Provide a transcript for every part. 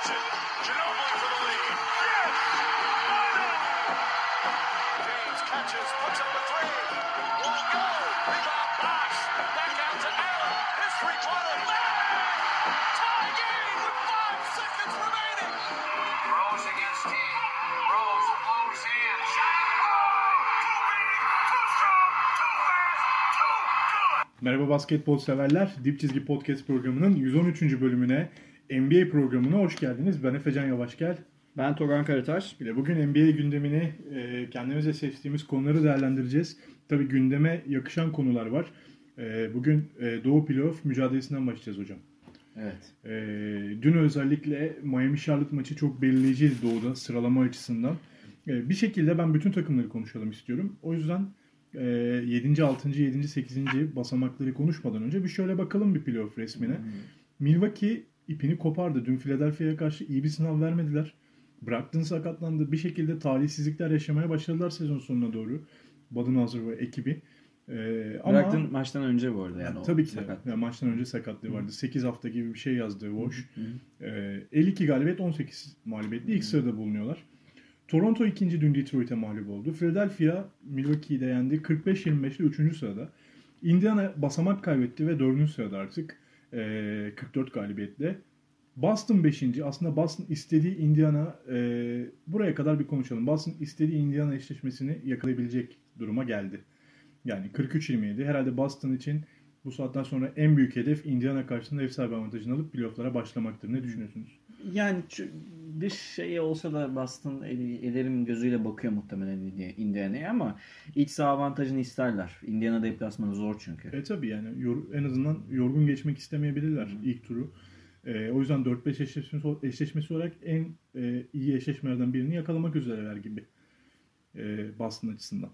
Johnson. Ginobili for the lead. Yes! James catches, puts up a three. Won't go. Rebound Bosh. Back out to Allen. His three-pointer. Tie game with 5 seconds remaining. Rose against King. Rose blows in. Shot. Too big, too strong, too fast, too good. Merhaba basketbol severler. Dip Çizgi Podcast programının 113. bölümüne, NBA programına hoş geldiniz. Ben Efecan Yavaşgel. Ben Togan Karataş. Bugün NBA gündemini, kendimize seçtiğimiz konuları değerlendireceğiz. Tabii gündeme yakışan konular var. Bugün Doğu Playoff mücadelesinden başlayacağız hocam. Evet. Dün özellikle Miami Charlotte maçı çok belirleyiciydi Doğu'da sıralama açısından. Bir şekilde ben bütün takımları konuşalım istiyorum. O yüzden 7. 6. 7. 8. basamakları konuşmadan önce bir şöyle bakalım bir playoff resmine. Milwaukee ipini kopardı. Dün Philadelphia'ya karşı iyi bir sınav vermediler. Brogdon sakatlandı. Bir şekilde talihsizlikler yaşamaya başladılar sezon sonuna doğru. Budenholzer ve ekibi. Brogdon maçtan önce bu arada. Yani tabii ki. Yani maçtan önce sakatlığı vardı. 8 hafta gibi bir şey yazdı Woj. 52 galibiyet 18 mağlubiyetli. İlk sırada bulunuyorlar. Toronto ikinci, dün Detroit'e mağlup oldu. Philadelphia Milwaukee'yi de yendi. 45-25'te 3. sırada. Indiana basamak kaybetti ve 4. sırada artık. 44 galibiyetle. Boston 5. Aslında Boston istediği Indiana, buraya kadar bir konuşalım. Boston istediği Indiana eşleşmesini yakalayabilecek duruma geldi. Yani 43-27. Herhalde Boston için bu saatten sonra en büyük hedef Indiana karşısında ev sahibi avantajını alıp playoff'lara başlamaktır. Ne düşünüyorsunuz? Yani bir şey olsa da Boston ederim gözüyle bakıyor muhtemelen Indiana'ya ama iç saha avantajını isterler. Indiana deplasmanı zor çünkü. Tabii yani en azından yorgun geçmek istemeyebilirler ilk turu. O yüzden 4-5 eşleşmesi olarak en iyi eşleşmelerden birini yakalamak üzereler gibi Boston açısından.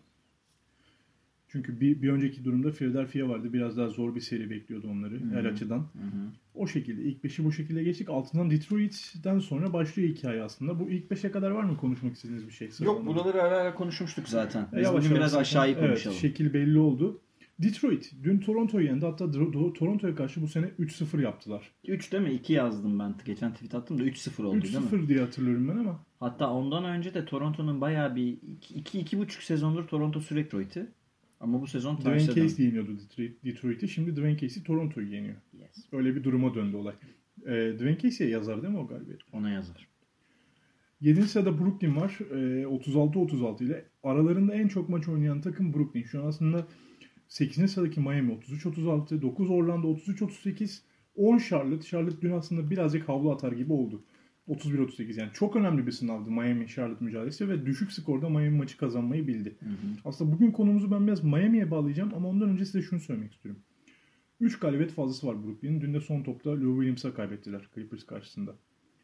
Çünkü bir önceki durumda Philadelphia vardı. Biraz daha zor bir seri bekliyordu onları her açıdan. O şekilde ilk 5'i bu şekilde geçtik. Altından Detroit'ten sonra başlıyor hikaye aslında. Bu ilk 5'e kadar var mı konuşmak istediğiniz bir şey? Yok, buraları ara ara konuşmuştuk zaten. Biz yavaş bugün yavaş biraz aşağıyı konuşalım. Evet, şekil belli oldu. Detroit dün Toronto'yu yendi. Hatta Toronto'ya karşı bu sene 3-0 yaptılar. 3 değil mi? 2 yazdım ben. Geçen tweet attım da 3-0 oldu değil mi? 3-0 diye hatırlıyorum ben ama. Hatta ondan önce de Toronto'nun bayağı bir 2-2,5 sezondur Toronto sürekli Detroit'i. Ama bu sezon Dwayne Casey yeniyordu Detroit'i. Şimdi Dwayne Casey Toronto'yu yeniyor. Yes. Öyle bir duruma döndü olay. Dwayne Casey'e yazar değil mi o galibiyet? Ona yazar. 7. sırada Brooklyn var. 36-36 ile. Aralarında en çok maç oynayan takım Brooklyn. Şu an aslında 8. sıradaki Miami 33-36, 9 Orlando 33-38, 10 Charlotte. Charlotte dün aslında birazcık havlu atar gibi oldu. 31-38 yani çok önemli bir sınavdı Miami-Charlotte mücadelesi ve düşük skorda Miami maçı kazanmayı bildi. Aslında bugün konumuzu ben biraz Miami'ye bağlayacağım ama ondan önce size şunu söylemek istiyorum. 3 galibiyet fazlası var Brooklyn'in. Dün de son topta Lou Williams'a kaybettiler Clippers karşısında.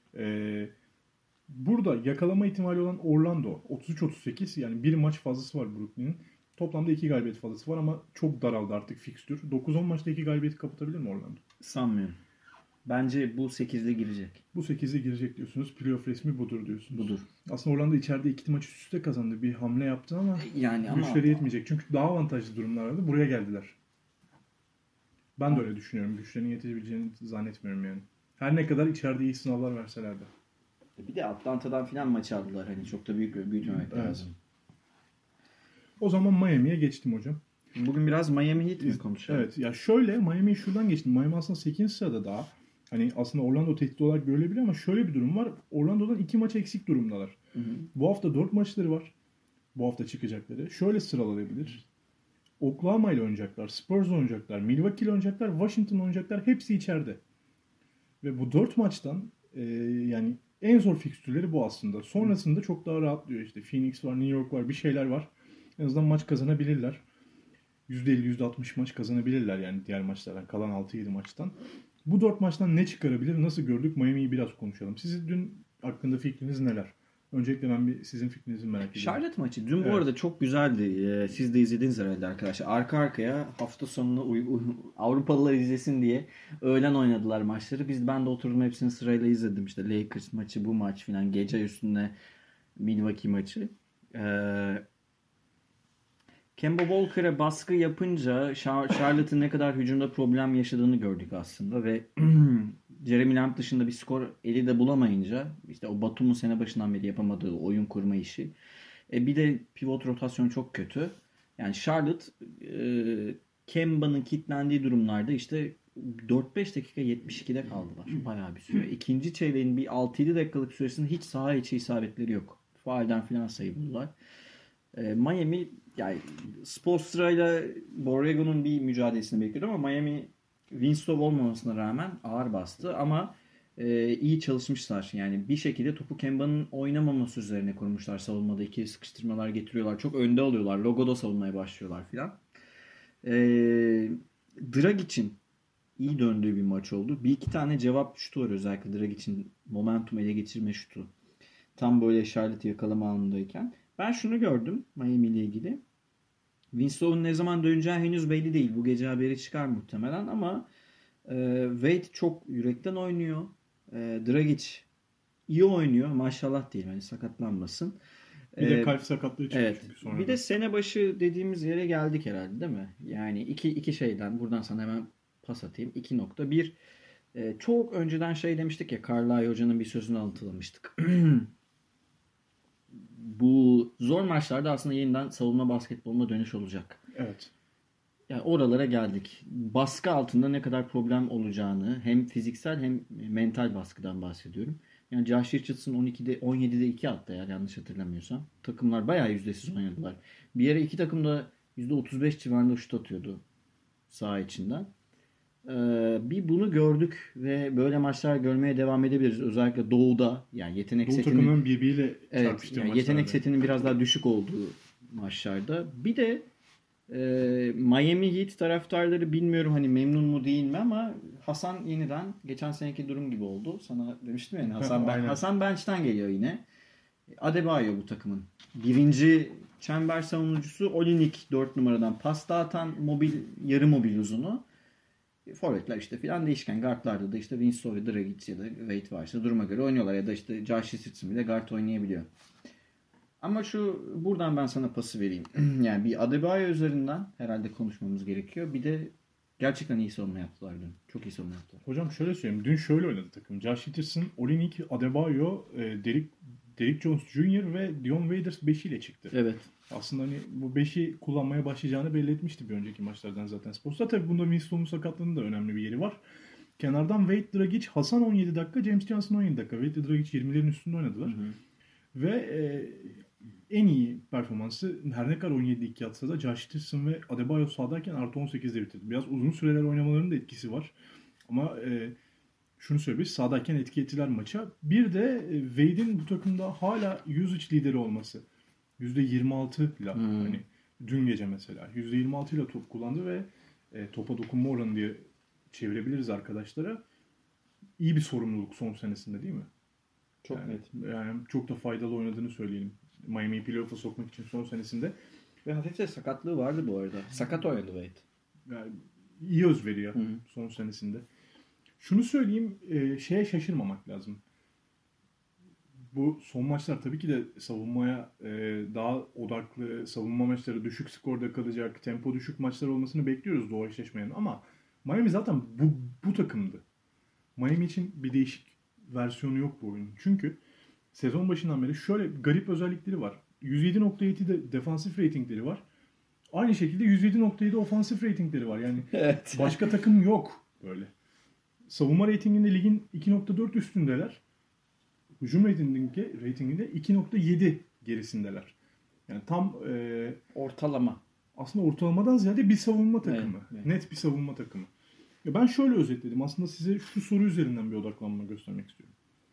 Burada yakalama ihtimali olan Orlando 33-38 yani bir maç fazlası var Brooklyn'in. Toplamda 2 galibiyet fazlası var ama çok daraldı artık fikstür. 9-10 maçta 2 galibiyeti kapatabilir mi Orlando? Sanmıyorum. Bence bu 8'de girecek. Bu 8'e girecek diyorsunuz. Playoff resmi budur diyorsunuz. Budur. Aslında Orlando içeride 2 maç üst üste kazandı. Bir hamle yaptı ama yani güçleri yetmeyecek. Çünkü daha avantajlı durumlar vardı. Buraya geldiler. Ben de öyle düşünüyorum. Güçlerinin yetebileceğini zannetmiyorum yani. Her ne kadar içeride iyi sınavlar verseler de. Bir de Atlanta'dan filan maç aldılar. Hani çok da büyütmemek lazım. O zaman Miami'ye geçtim hocam. Bugün biraz Miami Heat mi konuşalım? Evet. Ya şöyle Miami'yi şuradan geçtim. Miami aslında 8. sırada daha. Hani aslında Orlando tehdit olarak görülebilir ama şöyle bir durum var. Orlando'dan 2 maç eksik durumdalar. Bu hafta 4 maçları var. Bu hafta çıkacakları. Şöyle sıralanabilir. Oklahoma ile oynayacaklar. Spurs oynayacaklar. Milwaukee ile oynayacaklar. Washington oynayacaklar. Hepsi içeride. Ve bu 4 maçtan yani en zor fikstürleri bu aslında. Sonrasında çok daha rahatlıyor işte. Phoenix var, New York var, bir şeyler var. En azından maç kazanabilirler. %50, %60 maç kazanabilirler yani diğer maçlardan. Kalan 6-7 maçtan. Bu 4 maçtan ne çıkarabilir? Nasıl gördük? Miami'yi biraz konuşalım. Sizin dün hakkında fikriniz neler? Öncelikle ben bir sizin fikrinizi merak ediyorum. Charlotte maçı dün bu arada çok güzeldi. Siz de izlediniz herhalde arkadaşlar. Arka arkaya hafta sonunu Avrupalılar izlesin diye öğlen oynadılar maçları. Ben de oturdum hepsini sırayla izledim. İşte Lakers maçı, bu maç filan. Gece üstüne Milwaukee maçı. Kemba Walker'a baskı yapınca Charlotte'ın ne kadar hücumda problem yaşadığını gördük aslında ve Jeremy Lamb dışında bir skor eli de bulamayınca işte o Batum'un sene başından beri yapamadığı oyun kurma işi. Bir de pivot rotasyon çok kötü. Yani Charlotte Kemba'nın kilitlendiği durumlarda işte 4-5 dakika 72'de kaldılar. Bayağı bir süre. İkinci çeyreğin bir 6-7 dakikalık süresinde hiç saha içi isabetleri yok. Faalden filan sayı buldular. Miami yani Spoelstra ile Borrego'nun bir mücadelesini bekliyordu ama Miami Winslow olmamasına rağmen ağır bastı ama iyi çalışmışlar. Yani bir şekilde topu Kemba'nın oynamaması üzerine kurmuşlar. Savunmada ikili sıkıştırmalar getiriyorlar. Çok önde alıyorlar. Logo'da savunmaya başlıyorlar filan. Dragic'in iyi döndüğü bir maç oldu. Bir iki tane cevap şutu var özellikle Dragic'in momentum ele geçirme şutu. Tam böyle Charlotte yakalama anındayken. Ben şunu gördüm Miami ile ilgili. Winslow'un ne zaman döneceği henüz belli değil. Bu gece haberi çıkar muhtemelen ama Wade çok yürekten oynuyor. Dragic iyi oynuyor. Maşallah değil. Yani sakatlanmasın. Bir de kalp sakatlığı çıkmış. Evet. Sonra Bir de sene başı dediğimiz yere geldik herhalde değil mi? Yani iki şeyden buradan sana hemen pas atayım. 2.1 çok önceden şey demiştik ya Carlisle Hoca'nın bir sözünü alıntılamıştık. Bu zor maçlarda aslında yeniden savunma basketboluna dönüş olacak. Evet. Yani oralara geldik. Baskı altında ne kadar problem olacağını hem fiziksel hem mental baskıdan bahsediyorum. Yani Josh Richardson 17'de 2 attı eğer yanlış hatırlamıyorsam. Takımlar bayağı yüzdesiz oynadılar. Bir yere iki takım da %35 civarında şut atıyordu saha içinden. Bir bunu gördük ve böyle maçlar görmeye devam edebiliriz. Özellikle Doğu'da yani yetenek Doğu setinin takımının birbiriyle evet, çarpıştığı yani maçlarda. yetenek setinin biraz daha düşük olduğu maçlarda. Bir de Miami Heat taraftarları bilmiyorum hani memnun mu değil mi ama Hasan yeniden geçen seneki durum gibi oldu. Sana demiştim ya yani Aynen. Hasan bench'ten geliyor yine. Adebayo bu takımın. Birinci çember savunucusu Olynyk 4 numaradan pas dağıtan yarı mobil uzunu. Forvetler işte filan değişken. Guardlarda da işte Winslow, Dragic ya da Wade varsa duruma göre oynuyorlar. Ya da işte Josh Richardson bile guard oynayabiliyor. Ama buradan ben sana pası vereyim. Yani bir Adebayo üzerinden herhalde konuşmamız gerekiyor. Bir de gerçekten iyi savunma yaptılar dün. Çok iyi savunma yaptılar. Hocam şöyle söyleyeyim. Dün şöyle oynadı takım. Josh Richardson, Olynyk, Adebayo, Derrick Jones Jr. ve Dion Waiters 5 ile çıktı. Evet. Aslında hani bu 5'i kullanmaya başlayacağını belli etmişti bir önceki maçlardan zaten Sports'ta. Tabii bunda Winslow'un sakatlığının da önemli bir yeri var. Kenardan Wade, Dragic, Hasan 17 dakika, James Johnson 17 dakika. Wade ve Dragic 20'lerin üstünde oynadılar. Ve en iyi performansı her ne kadar 17-2 atsa da Josh Richardson ve Adebayo sahadayken artı 18'de bitirdi. Biraz uzun süreler oynamalarının da etkisi var. Ama şunu söyleyeyim, sahadayken etki ettiler maça. Bir de Wade'in bu takımda hala usage lideri olması. %26 ile hani dün gece mesela %26 ile top kullandı ve topa dokunma oranı diye çevirebiliriz arkadaşlara. İyi bir sorumluluk son senesinde değil mi? Çok yani, net. Yani çok da faydalı oynadığını söyleyelim. Miami'yi playoff'a sokmak için son senesinde. Ve hafif de sakatlığı vardı bu arada. Sakat oynadı Wade. Yani iyi özveri ya son senesinde. Şunu söyleyeyim, şeye şaşırmamak lazım. Bu son maçlar tabii ki de savunmaya daha odaklı, savunma maçları düşük skorda kalacak, tempo düşük maçlar olmasını bekliyoruz Doğu eşleşmenin. Ama Miami zaten bu takımdı. Miami için bir değişik versiyonu yok bu oyunun. Çünkü sezon başından beri şöyle garip özellikleri var. 107.7 de defansif ratingleri var. Aynı şekilde 107.7 ofansif ratingleri var. Yani evet. Başka takım yok böyle. Savunma ratinginde ligin 2.4 üstündeler. Hücum ratinginde 2.7 gerisindeler. Yani tam ortalama. Aslında ortalamadan ziyade bir savunma takımı. Evet. Net bir savunma takımı. Ya ben şöyle özetledim. Aslında size şu soru üzerinden bir odaklanma göstermek istiyorum.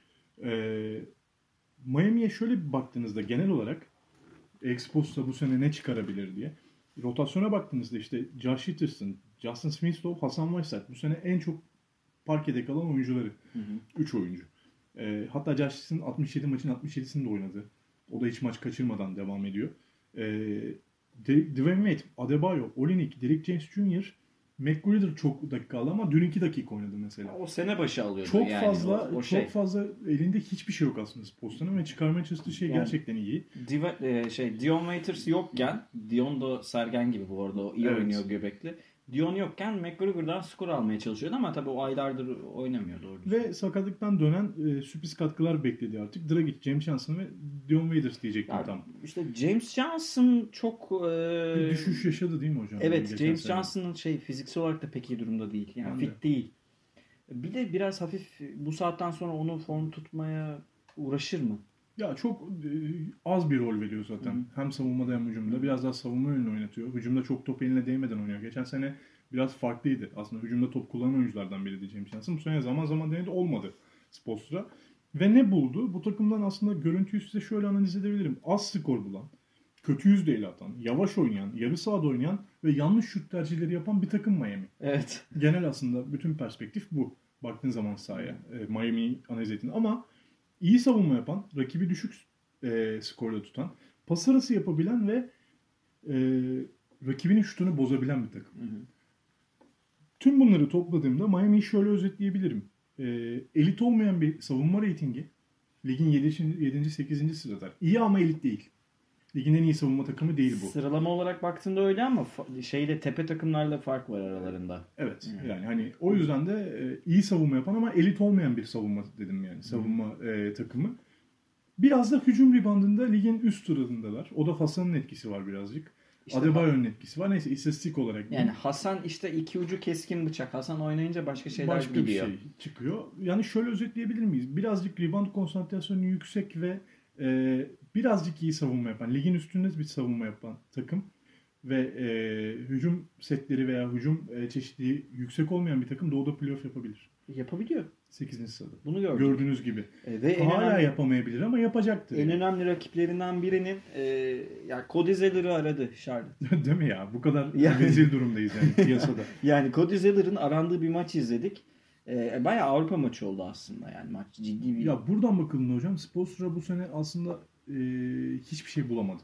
Miami'ye şöyle bir baktığınızda genel olarak Expos'ta bu sene ne çıkarabilir diye. Rotasyona baktığınızda işte Josh Richardson, Justin Smith, Hasan Whiteside bu sene en çok parkede kalan oyuncuları. 3 oyuncu. Hatta Josh Richardson 67 maçın 67'sini de oynadı. O da hiç maç kaçırmadan devam ediyor. Dwayne Wade, Adebayo, Olynyk, Derrick James Jr. McGregor çok dakika aldı ama dün 2 dakika oynadı mesela. O sene başı alıyordu Çok yani. fazla o çok fazla elinde hiçbir şey yok aslında Spolstra'nın ve çıkarmaya çalıştığı şey Yani- gerçekten iyi. Dion Waiters yokken, Dion da Sergen gibi bu arada, o iyi Evet. oynuyor göbekli. Dion yokken McGregor'dan skor almaya çalışıyordu ama tabii o aylardır oynamıyor doğru düzgün. Ve sakatlıktan dönen sürpriz katkılar bekledi artık. Dragic, James Johnson ve Dion Waiters diyecektim Ya, tam. işte James Johnson çok Bir düşüş yaşadı değil mi hocam? evet, Geçen James sene. Johnson'ın fiziksel olarak da pek iyi durumda değil. Yani Ben fit de. değil. Bir de biraz hafif bu saatten sonra onu form tutmaya uğraşır mı? Ya çok az bir rol veriyor zaten. Hem savunmada hem hücumda. Biraz daha savunma yönünü oynatıyor. Hücumda çok top eline değmeden oynuyor. Geçen sene biraz farklıydı. Aslında hücumda top kullanan oyunculardan biriydi James Johnson. Bu sene zaman zaman denedi, olmadı Spolstra. Ve ne buldu? Bu takımdan aslında görüntüyü size şöyle analiz edebilirim. Az skor bulan, kötü yüzdeyle atan, yavaş oynayan, yarı sahada oynayan ve yanlış şut tercihleri yapan bir takım Miami. Evet. Genel aslında bütün perspektif bu. Baktığın zaman sahaya. Miami'yi analiz ettiğinde. Ama iyi savunma yapan, rakibi düşük skorla tutan, pas arası yapabilen ve rakibinin şutunu bozabilen bir takım. Tüm bunları topladığımda Miami'yi şöyle özetleyebilirim. Elit olmayan bir savunma reytingi. Ligin 7. 8. sırada. İyi ama elit değil. Ligin en iyi savunma takımı değil bu. Sıralama olarak baktığında öyle ama tepe takımlarla fark var aralarında. Evet. Yani hani o yüzden de iyi savunma yapan ama elit olmayan bir savunma dedim yani. Savunma takımı. Biraz da hücum ribandında ligin üst sıralarındalar. O da Hasan'ın etkisi var birazcık. İşte Adebayo'nun etkisi var. Neyse istatistik olarak. Yani Hasan iki ucu keskin bıçak. Hasan oynayınca başka şeyler başka gidiyor. bir şey çıkıyor. Yani şöyle özetleyebilir miyiz? Birazcık rebound konsantrasyonu yüksek ve birazcık iyi savunma yapan, ligin üstünde bir savunma yapan takım ve hücum setleri veya hücum çeşitliliği yüksek olmayan bir takım doğuda playoff yapabilir. Yapabiliyor. 8. sırada. Bunu gördük. Gördüğünüz gibi. Ve Hala yapamayabilir ama yapacaktır. en yani. önemli rakiplerinden birinin yani Cody Zeller'ı aradı Charlotte. Değil mi ya? Bu kadar Yani- rezil durumdayız yani piyasada. Yani Cody Zeller'ın arandığı bir maç izledik. Bayağı Avrupa maçı oldu aslında yani maç ciddi bir. Ya buradan bakıldığında hocam Spoelstra bu sene aslında hiçbir şey bulamadı.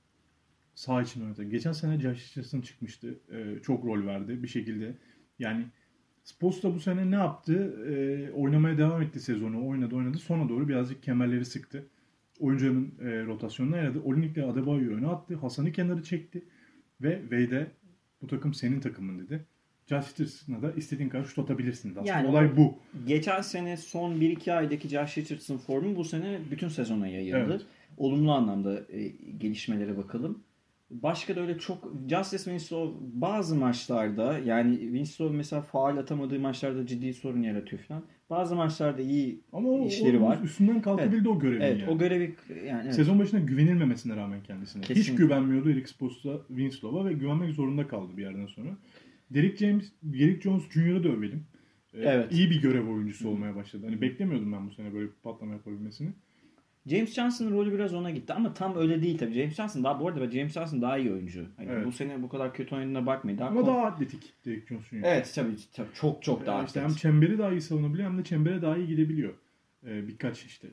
Sağ için oynadı. Geçen sene Josh Richardson çıkmıştı. Çok rol verdi bir şekilde. Yani Spoelstra bu sene ne yaptı? Oynamaya devam etti sezonu. Oynadı. Sona doğru birazcık kemerleri sıktı. Oyuncuların rotasyonuna yaradı. Olinik'le Adebayo'yu öne attı. Hasan'ı kenarı çekti. Ve Wade'e bu takım senin takımın dedi. Josh Richardson'a da istediğin kadar şut atabilirsiniz. Aslında Yani olay bu. Geçen sene son 1-2 aydaki Josh Richardson formu bu sene bütün sezona yayıldı. Evet. Olumlu anlamda gelişmelere bakalım. Başka da öyle çok Justice Winslow bazı maçlarda yani Winslow mesela faul atamadığı maçlarda ciddi sorun yaratıyor falan. Bazı maçlarda iyi Ama o işleri var. üstünden kalkabildi o görevi. Evet, yani. o görevi yani evet. Sezon başında güvenilmemesine rağmen kendisine. Hiç Kesinlikle. güvenmiyordu Eric Spoelstra Winslow'a ve güvenmek zorunda kaldı bir yerden sonra. Derek Jones Jr.'ı da övelim. Evet. İyi bir görev oyuncusu olmaya başladı. Hani beklemiyordum ben bu sene böyle bir patlama yapabilmesini. James Johnson'ın rolü biraz ona gitti ama tam öyle değil tabii. James Johnson bu arada James Johnson daha iyi oyuncu. Yani Evet. Bu sene bu kadar kötü oynadığına bakmayın. Ama daha atletik Derek Jones Jr. Evet tabii çok daha İşte hem atlet. çemberi daha iyi savunabiliyor hem de çembere daha iyi gidebiliyor. Birkaç işte.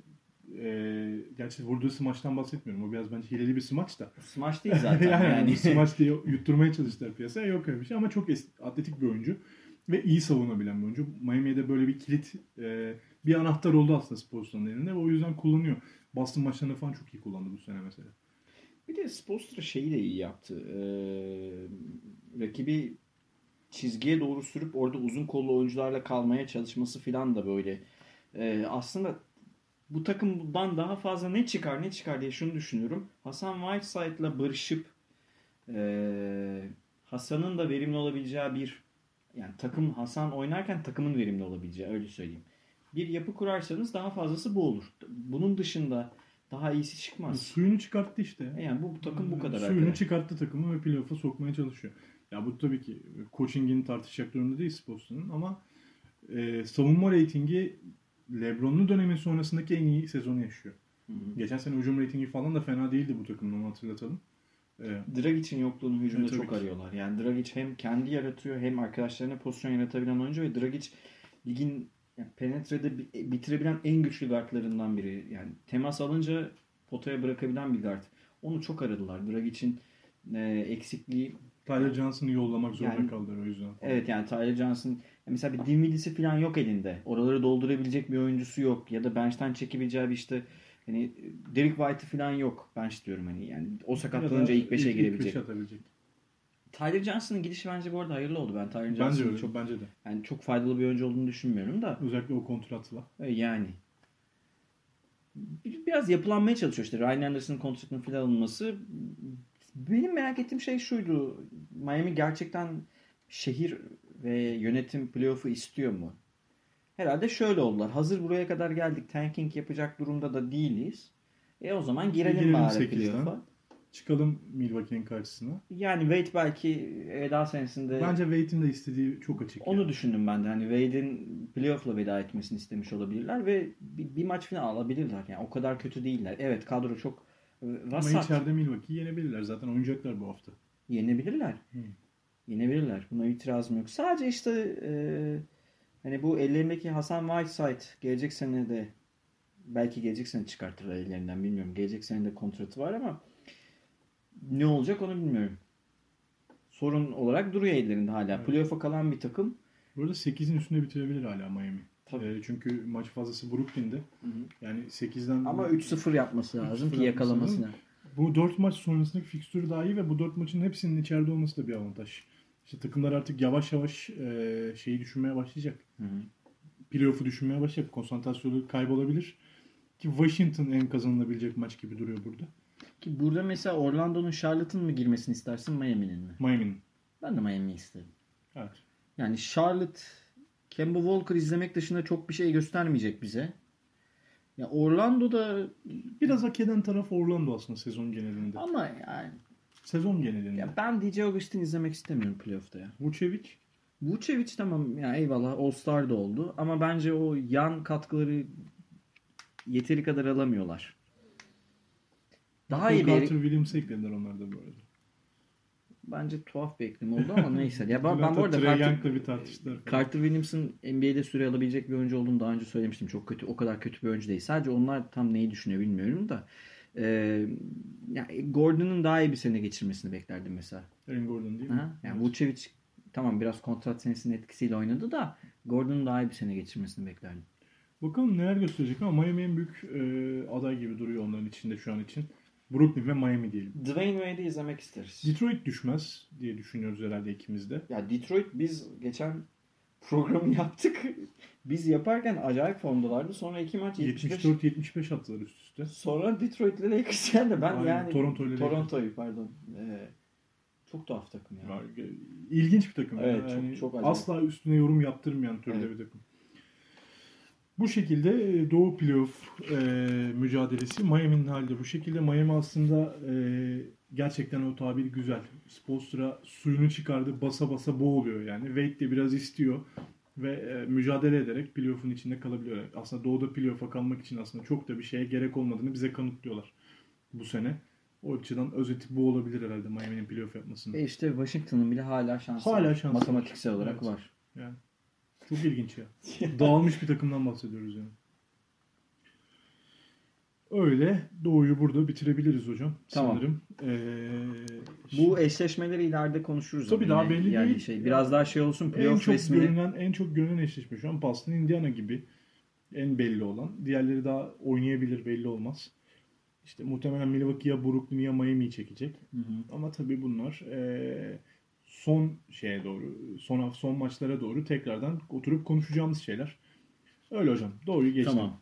Gerçi vurduğu smaçtan bahsetmiyorum. O biraz bence hileli bir smaç da. Smaç değil zaten yani. Smaç diye yutturmaya çalıştılar piyasaya. Yok öyle bir şey ama çok atletik bir oyuncu. Ve iyi savunabilen bir oyuncu. Miami'de böyle bir kilit, bir anahtar oldu aslında Spolstra'nın elinde ve o yüzden kullanıyor. Boston maçlarında falan çok iyi kullandı bu sene mesela. Bir de Spoelstra şeyi de iyi yaptı. Rakibi çizgiye doğru sürüp orada uzun kollu oyuncularla kalmaya çalışması falan da böyle. Aslında bu takımdan daha fazla ne çıkar diye şunu düşünüyorum. Hasan Whiteside'la barışıp Hasan'ın da verimli olabileceği yani takım Hasan oynarken takımın verimli olabileceği öyle söyleyeyim. Bir yapı kurarsanız daha fazlası bu olur. Bunun dışında daha iyisi çıkmaz. Suyunu çıkarttı işte. Yani bu takım bu kadar. Suyunu çıkarttı takımı ve playoff'a sokmaya çalışıyor. Ya bu tabii ki coaching'ini tartışacak durumda değil Spolstra'nın ama savunma reytingi LeBron'lu dönemin sonrasındaki en iyi sezonu yaşıyor. Geçen sene hücum reytingi falan da fena değildi bu takımın, onu hatırlatalım. Dragic'in yokluğunu hücumda Evet, çok tabii ki. arıyorlar. Yani Dragic hem kendi yaratıyor hem arkadaşlarına pozisyon yaratabilen oyuncu ve Dragic ligin penetrede bitirebilen en güçlü guardlarından biri. Yani temas alınca potaya bırakabilen bir guard. Onu çok aradılar. Dragic'in eksikliği Tyler Johnson'ı yollamak zorunda Yani- kaldılar o yüzden. Evet yani Tyler Johnson mesela bir Dinwiddie'si falan yok elinde. Oraları doldurabilecek bir oyuncusu yok. Ya da bench'ten çekebileceği bir işte hani Derek White'ı falan yok. Bench diyorum hani yani o sakatlanınca ilk 5'e girebilecek. beşe atabilecek. Tyler Johnson'ın gidişi bence bu arada hayırlı oldu. Ben Tyler Bence Johnson'ın öyle. çok Bence de. yani çok faydalı bir oyuncu olduğunu düşünmüyorum da Özellikle o kontratla. yani biraz yapılanmaya çalışıyor işte Ryan Anderson'ın kontratının falan alınması. Benim merak ettiğim şey şuydu. Miami gerçekten şehir ve yönetim playoff'u istiyor mu? Herhalde şöyle oldular. Hazır buraya kadar geldik. Tanking yapacak durumda da değiliz. O zaman girelim bari 8'den. playoff'a. Çıkalım Milwaukee'nin karşısına. Yani Wade belki veda senesinde Bence Wade'in de istediği çok açık. onu yani. düşündüm ben de. Hani Wade'in playoff'la veda etmesini istemiş olabilirler ve bir maç final alabilirler. Yani o kadar kötü değiller. Evet kadro çok Ama vasat. içeride Milwaukee'yi yenebilirler. Zaten oynayacaklar bu hafta. Yenebilirler. Hı. Yenebilirler. Buna itirazım yok. Sadece işte hani bu ellerindeki Hasan Whiteside gelecek sene de belki gelecek sene çıkartırlar ellerinden bilmiyorum. Gelecek sene de kontratı var ama ne olacak onu bilmiyorum. Sorun olarak duruyor ellerinde hala. Evet. Playoff'a kalan bir takım. Bu arada 8'in üstünde bitirebilir hala Miami. Tabii. Çünkü maç fazlası Brooklyn'de. Yani 8'den Ama 3-0 yapması lazım 3-0 ki yakalamasına. Bu 4 maç sonrasındaki fikstürü daha iyi ve bu 4 maçın hepsinin içeride olması da bir avantaj. İşte takımlar artık yavaş yavaş şeyi düşünmeye başlayacak. Playoff'u düşünmeye başlayacak. Konsantrasyonu kaybolabilir. Ki Washington en kazanılabilecek maç gibi duruyor burada. Ki burada mesela Orlando'nun Charlotte'ın mı girmesini istersin Miami'nin mi? Miami'nin. Ben de Miami'yi isterim. Evet. Yani Charlotte Kemba Walker izlemek dışında çok bir şey göstermeyecek bize. Ya Orlando'da Biraz hak eden taraf Orlando aslında sezon genelinde. ama yani Sezon genelinde. ya ben DJ Augustin izlemek istemiyorum playoff'ta ya. Vucevic Vucevic tamam ya eyvallah All-Star da oldu ama bence o yan katkıları yeteri kadar alamıyorlar. Daha iyi bir Carter Williams'ı eklediler onlar da bu arada. bence tuhaf bir eklim oldu ama neyse. Ya ben bu arada Trae Young'la bir tartıştılar. Carter Williams'ın NBA'de süre alabilecek bir oyuncu olduğunu daha önce söylemiştim. Çok kötü, o kadar kötü bir oyuncu değil. Sadece onlar tam neyi düşünüyor bilmiyorum da. Yani Gordon'un daha iyi bir sene geçirmesini beklerdim mesela. Aaron Gordon değil mi? Ha? Yani Vucevic tamam biraz kontrat senesinin etkisiyle oynadı da Gordon'un daha iyi bir sene geçirmesini beklerdim. Bakalım neler gösterecek ama Miami en büyük aday gibi duruyor onların içinde şu an için. Brooklyn ve Miami diyelim. Dwayne Wade'i izlemek isteriz. Detroit düşmez diye düşünüyoruz herhalde ikimiz de. Ya Detroit biz geçen programı yaptık. Biz yaparken acayip formdalardı. Sonra 2 maç 75. 74-75 attılar üst üste. Sonra Detroit ile Lakers yendi. Ben Aynen, yani Toronto ile Lakers. Toronto'yu pardon. Çok tuhaf takım ya. İlginç bir takım. Evet, yani. çok acayip. Asla üstüne yorum yaptırmayan türde Evet. bir takım. Bu şekilde Doğu Playoff mücadelesi Miami'nin halde bu şekilde. Miami aslında gerçekten o tabir güzel. Spoelstra suyunu çıkardı, basa basa boğuluyor yani. Wade de biraz istiyor ve mücadele ederek playoff'un içinde kalabiliyor. Aslında Doğu'da playoff'a kalmak için aslında çok da bir şeye gerek olmadığını bize kanıtlıyorlar bu sene. O açıdan özeti bu olabilir herhalde Miami'nin playoff yapmasının. İşte Washington'ın bile hala şansı Hala var. şansı Matematiksel var. olarak Evet. var. Yani çok ilginç ya. Dağılmış bir takımdan bahsediyoruz yani. Öyle Doğu'yu burada bitirebiliriz hocam. Tamam. Sanırım. Bu eşleşmeleri ileride konuşuruz. Tabii ama daha yine. belli yani değil. biraz daha şey olsun en playoff çok resmini. en çok görünen eşleşme şu an Boston Indiana gibi en belli olan. Diğerleri daha oynayabilir, belli olmaz. İşte muhtemelen Milwaukee ya Brooklyn ya Miami'yi çekecek. Ama tabii bunlar son şeye doğru, son maçlara doğru tekrardan oturup konuşacağımız şeyler. Öyle hocam. Doğruyu geçtim. Tamam.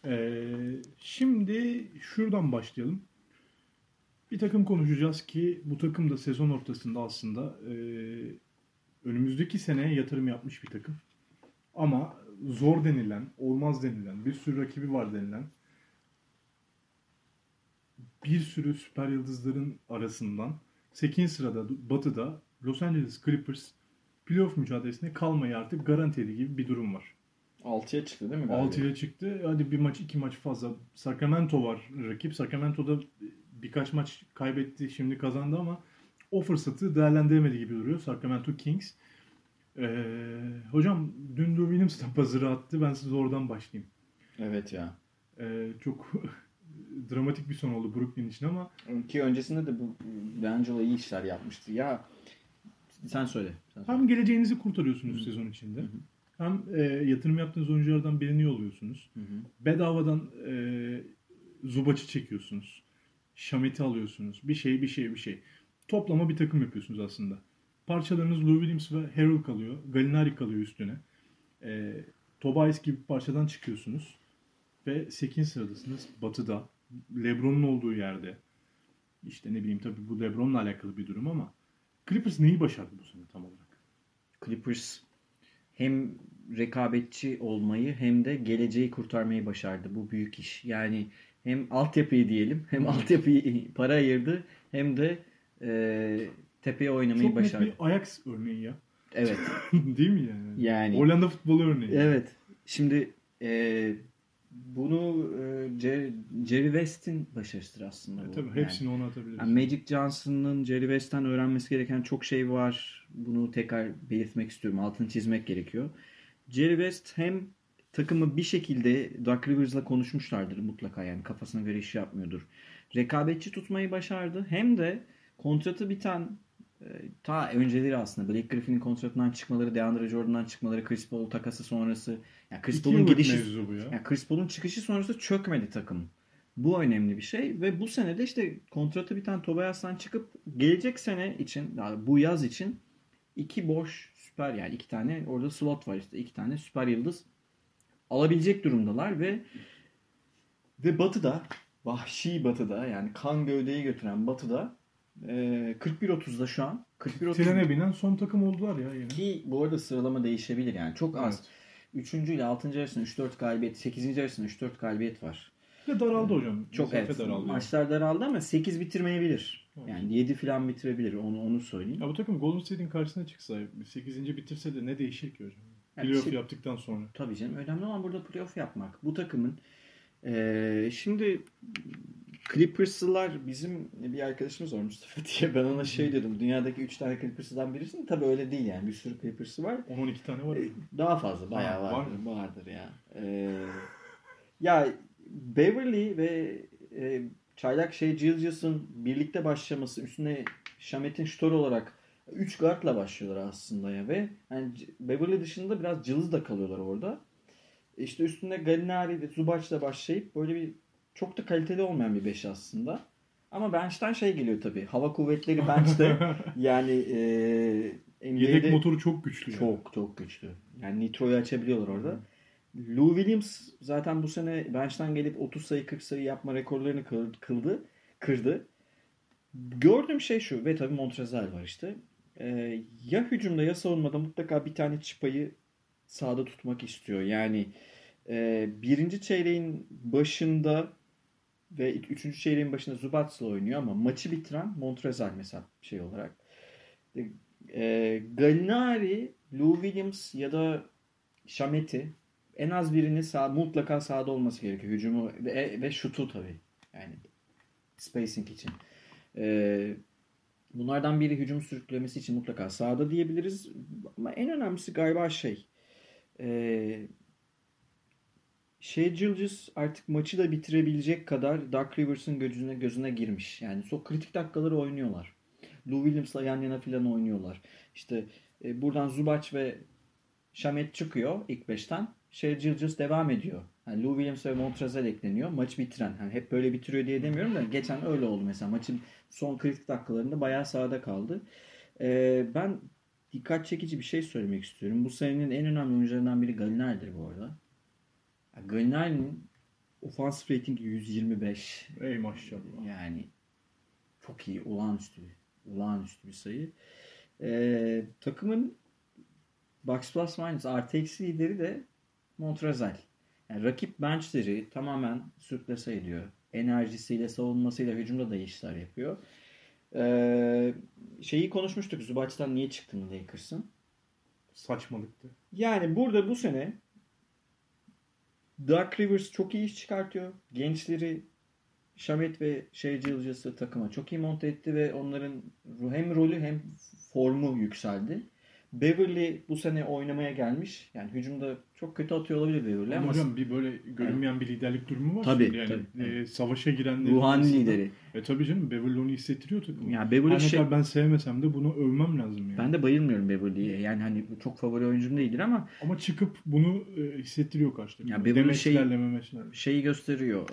Şimdi şuradan başlayalım. Bir takım konuşacağız ki bu takım da sezon ortasında aslında önümüzdeki seneye yatırım yapmış bir takım. Ama zor denilen, olmaz denilen, bir sürü rakibi var denilen bir sürü süper yıldızların arasından 8. sırada Batı'da Los Angeles Clippers playoff mücadelesine kalmayı artık garantiledi gibi bir durum var. 6'ya çıktı değil mi? 6'ya çıktı. Hadi bir maç, 2 maç fazla. Sacramento var rakip. Sacramento'da birkaç maç kaybetti. Şimdi kazandı ama o fırsatı değerlendiremedi gibi duruyor. Sacramento Kings. Hocam dün Lou Williams da buzzer'ı attı. Ben size oradan başlayayım. Evet ya. Çok dramatik bir son oldu Brooklyn için ama Ki öncesinde de bu D'Angelo iyi işler yapmıştı. Ya Sen söyle. Hem geleceğinizi kurtarıyorsunuz sezon içinde. Hem yatırım yaptığınız oyunculardan birini yolluyorsunuz. Bedavadan Zubac'ı çekiyorsunuz. Şamet'i alıyorsunuz. Bir şey. Toplama bir takım yapıyorsunuz aslında. Parçalarınız Lou Williams ve Harrell kalıyor. Gallinari kalıyor üstüne. Tobias gibi bir parçadan çıkıyorsunuz. Ve 8. sıradasınız. Batı'da. LeBron'un olduğu yerde. İşte ne bileyim tabii bu LeBron'la alakalı bir durum ama Clippers neyi başardı bu sene tam olarak? Clippers hem rekabetçi olmayı hem de geleceği kurtarmayı başardı. Bu büyük iş. Yani hem altyapıyı diyelim, hem altyapıyı para ayırdı, hem de tepeye oynamayı Çok başardı. net bir Ajax örneği ya. Evet. Değil mi yani? Yani. Hollanda futbolu örneği. Evet. Şimdi bunu Jerry West'in başarısıdır aslında bu. Tabii hepsini ona atabiliriz. Yani Magic Johnson'ın Jerry West'ten öğrenmesi gereken çok şey var. Bunu tekrar belirtmek istiyorum. Altını çizmek gerekiyor. Jerry West hem takımı bir şekilde Doug Rivers'la konuşmuşlardır mutlaka, yani kafasına göre iş yapmıyordur. Rekabetçi tutmayı başardı. Hem de kontratı biten ta önceleri aslında Blake Griffin'in kontratından çıkmaları, DeAndre Jordan'dan çıkmaları, Chris Paul takası sonrası, yani Chris Paul'un gidişi, yani Chris Paul'un çıkışı sonrası çökmedi takım. Bu önemli bir şey ve bu sene de işte kontratı biten Tobias'tan çıkıp gelecek sene için, yani bu yaz için iki boş süper, yani iki tane orada slot var, işte iki tane süper yıldız alabilecek durumdalar ve Batı'da, vahşi Batı'da, yani kan gövdeyi götüren Batı'da 41-30'da şu an. 41-30 Trene binen son takım oldular ya yine. ki bu arada sıralama değişebilir yani. Çok az. Evet. 3. ile 6. arasında 3-4 galibiyet, 8. arasında 3-4 galibiyet var. Ve daraldı hocam. Çok evet. Daraldı Maçlar daraldı ama 8 bitirmeyebilir. Yani 7 falan bitirebilir. Onu söyleyeyim. Ya bu takım Golden State'in karşısına çıksa 8. bitirse de ne değişir ki hocam? Yani Playoff yaptıktan sonra. Tabii canım. Önemli olan burada playoff yapmak. Bu takımın şimdi Clippers'lılar, bizim bir arkadaşımız var Mustafa diye, ben ona şey dedim, dünyadaki 3 tane Clippers'dan birisin. Tabii öyle değil yani, bir sürü Clippers'ı var. 10-12 tane var. Daha fazla bayağı Var vardır ya. Ya Beverly ve Çaylak Gilgeous'un birlikte başlaması, üstüne Shamet'in şutör olarak 3 guardla başlıyorlar aslında ya ve yani Beverly dışında biraz cılız da kalıyorlar orada. İşte üstünde Gallinari ve Zubac'la başlayıp böyle bir çok da kaliteli olmayan bir 5 aslında. Ama bench'ten şey geliyor tabii. Hava kuvvetleri bench'te yani yedek motoru çok güçlü. Çok güçlü. Yani nitroyu açabiliyorlar orada. Lou Williams zaten bu sene bench'ten gelip 30 sayı 40 sayı yapma rekorlarını kırdı. Gördüğüm şey şu ve tabii Montrezl var işte. Ya hücumda ya savunmada mutlaka bir tane çıpayı sahada tutmak istiyor. Yani birinci çeyreğin başında ve üçüncü çeyreğin başında Zubac'la oynuyor ama maçı bitiren Montrezl mesela şey olarak. Gallinari, Lou Williams ya da Shamet'i, en az birini mutlaka sahada olması gerekiyor. Hücumu ve şutu tabii. Yani spacing için. Bunlardan biri hücum sürüklemesi için mutlaka sahada diyebiliriz. Ama en önemlisi galiba Gilgeous artık maçı da bitirebilecek kadar Doug Rivers'ın gözüne girmiş. Yani çok kritik dakikaları oynuyorlar. Lou Williams'la yan yana filan oynuyorlar. İşte buradan Zubac ve Shamet çıkıyor ilk 5'ten. Gilgeous devam ediyor. Yani Lou Williams ve Montrezl ekleniyor. Maç bitiren. Yani hep böyle bitiriyor diye demiyorum da geçen öyle oldu mesela. Maçın son kritik dakikalarında bayağı sahada kaldı. Ben dikkat çekici bir şey söylemek istiyorum. Bu senenin en önemli oyuncularından biri Gallinari'dir bu arada. Gallinari'nin offensive ratingi 125. Ey maşallah. Yani çok iyi. Olağanüstü bir sayı. Takımın box plus minus artı eksi lideri de Montrezl. Yani rakip benchleri tamamen sürklase ediyor. Enerjisiyle, savunmasıyla, hücumda da iyi işler yapıyor. Şeyi konuşmuştuk. Zubac'tan niye çıktığını Lakers'ın. Saçmalıktı. Yani burada bu sene Doug Rivers çok iyi iş çıkartıyor. Gençleri Shamet ve Gilgeous'u takıma çok iyi monte etti ve onların hem rolü hem formu yükseldi. Beverly bu sene oynamaya gelmiş. Yani hücumda çok kötü atıyor olabilir Beverly ama Hocam bir böyle görünmeyen bir liderlik durumu var. Tabii, şimdi. Yani tabii. Savaşa girenlerin ruhani arasında. lideri. Tabii canım, Beverly onu hissettiriyor takımı. Yani Beverly Her ne kadar ben sevmesem de bunu övmem lazım yani. Ben de bayılmıyorum Beverly'ye. Yani hani çok favori oyuncum değildir ama çıkıp bunu hissettiriyor karşı takım. Ya Beverly Demeçlerle şeyi gösteriyor.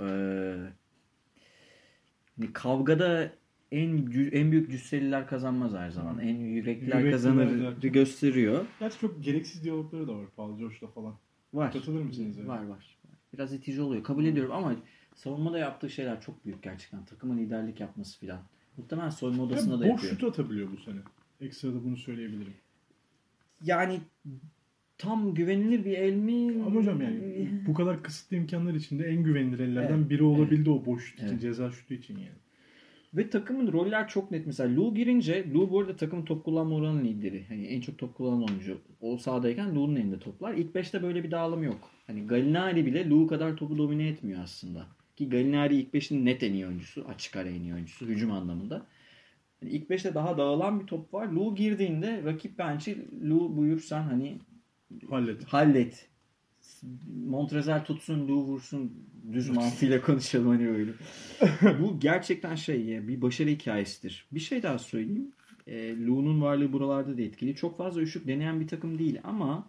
Hani kavgada en büyük cüsseliler kazanmaz her zaman. En yürekliler kazanır gösteriyor. Gerçi çok gereksiz diyalogları da var Paul George'la falan. Var. Katılır mısınız? Yani? Var. Biraz itici oluyor. Kabul ediyorum ama savunmada yaptığı şeyler çok büyük gerçekten. Takıma liderlik yapması filan. Muhtemelen soyunma odasında da yapıyor. Boş şut atabiliyor bu sene. Ekstra da bunu söyleyebilirim. Yani tam güvenilir bir el mi? Ama hocam yani bu kadar kısıtlı imkanlar içinde en güvenilir ellerden biri olabildi o boş şut için, ceza şutu için yani. Ve takımın roller çok net. Mesela Lou girince, Lou bu arada takımın top kullanma oranı lideri. Hani en çok top kullanan oyuncu. O sahadayken Lou'nun elinde toplar. İlk 5'te böyle bir dağılım yok. Hani Gallinari bile Lou kadar topu domine etmiyor aslında. Ki Gallinari ilk 5'in net en iyi oyuncusu. Açık ara en iyi oyuncusu. Hücum anlamında. Yani ilk 5'te daha dağılan bir top var. Lou girdiğinde rakip bench'i Lou buyur sen hani hallet. Montrezl tutsun, Lou vursun, düz mantığıyla konuşalım hani öyle. Bu gerçekten bir başarı hikayesidir. Bir şey daha söyleyeyim. Lou'nun varlığı buralarda da etkili. Çok fazla üçlük deneyen bir takım değil ama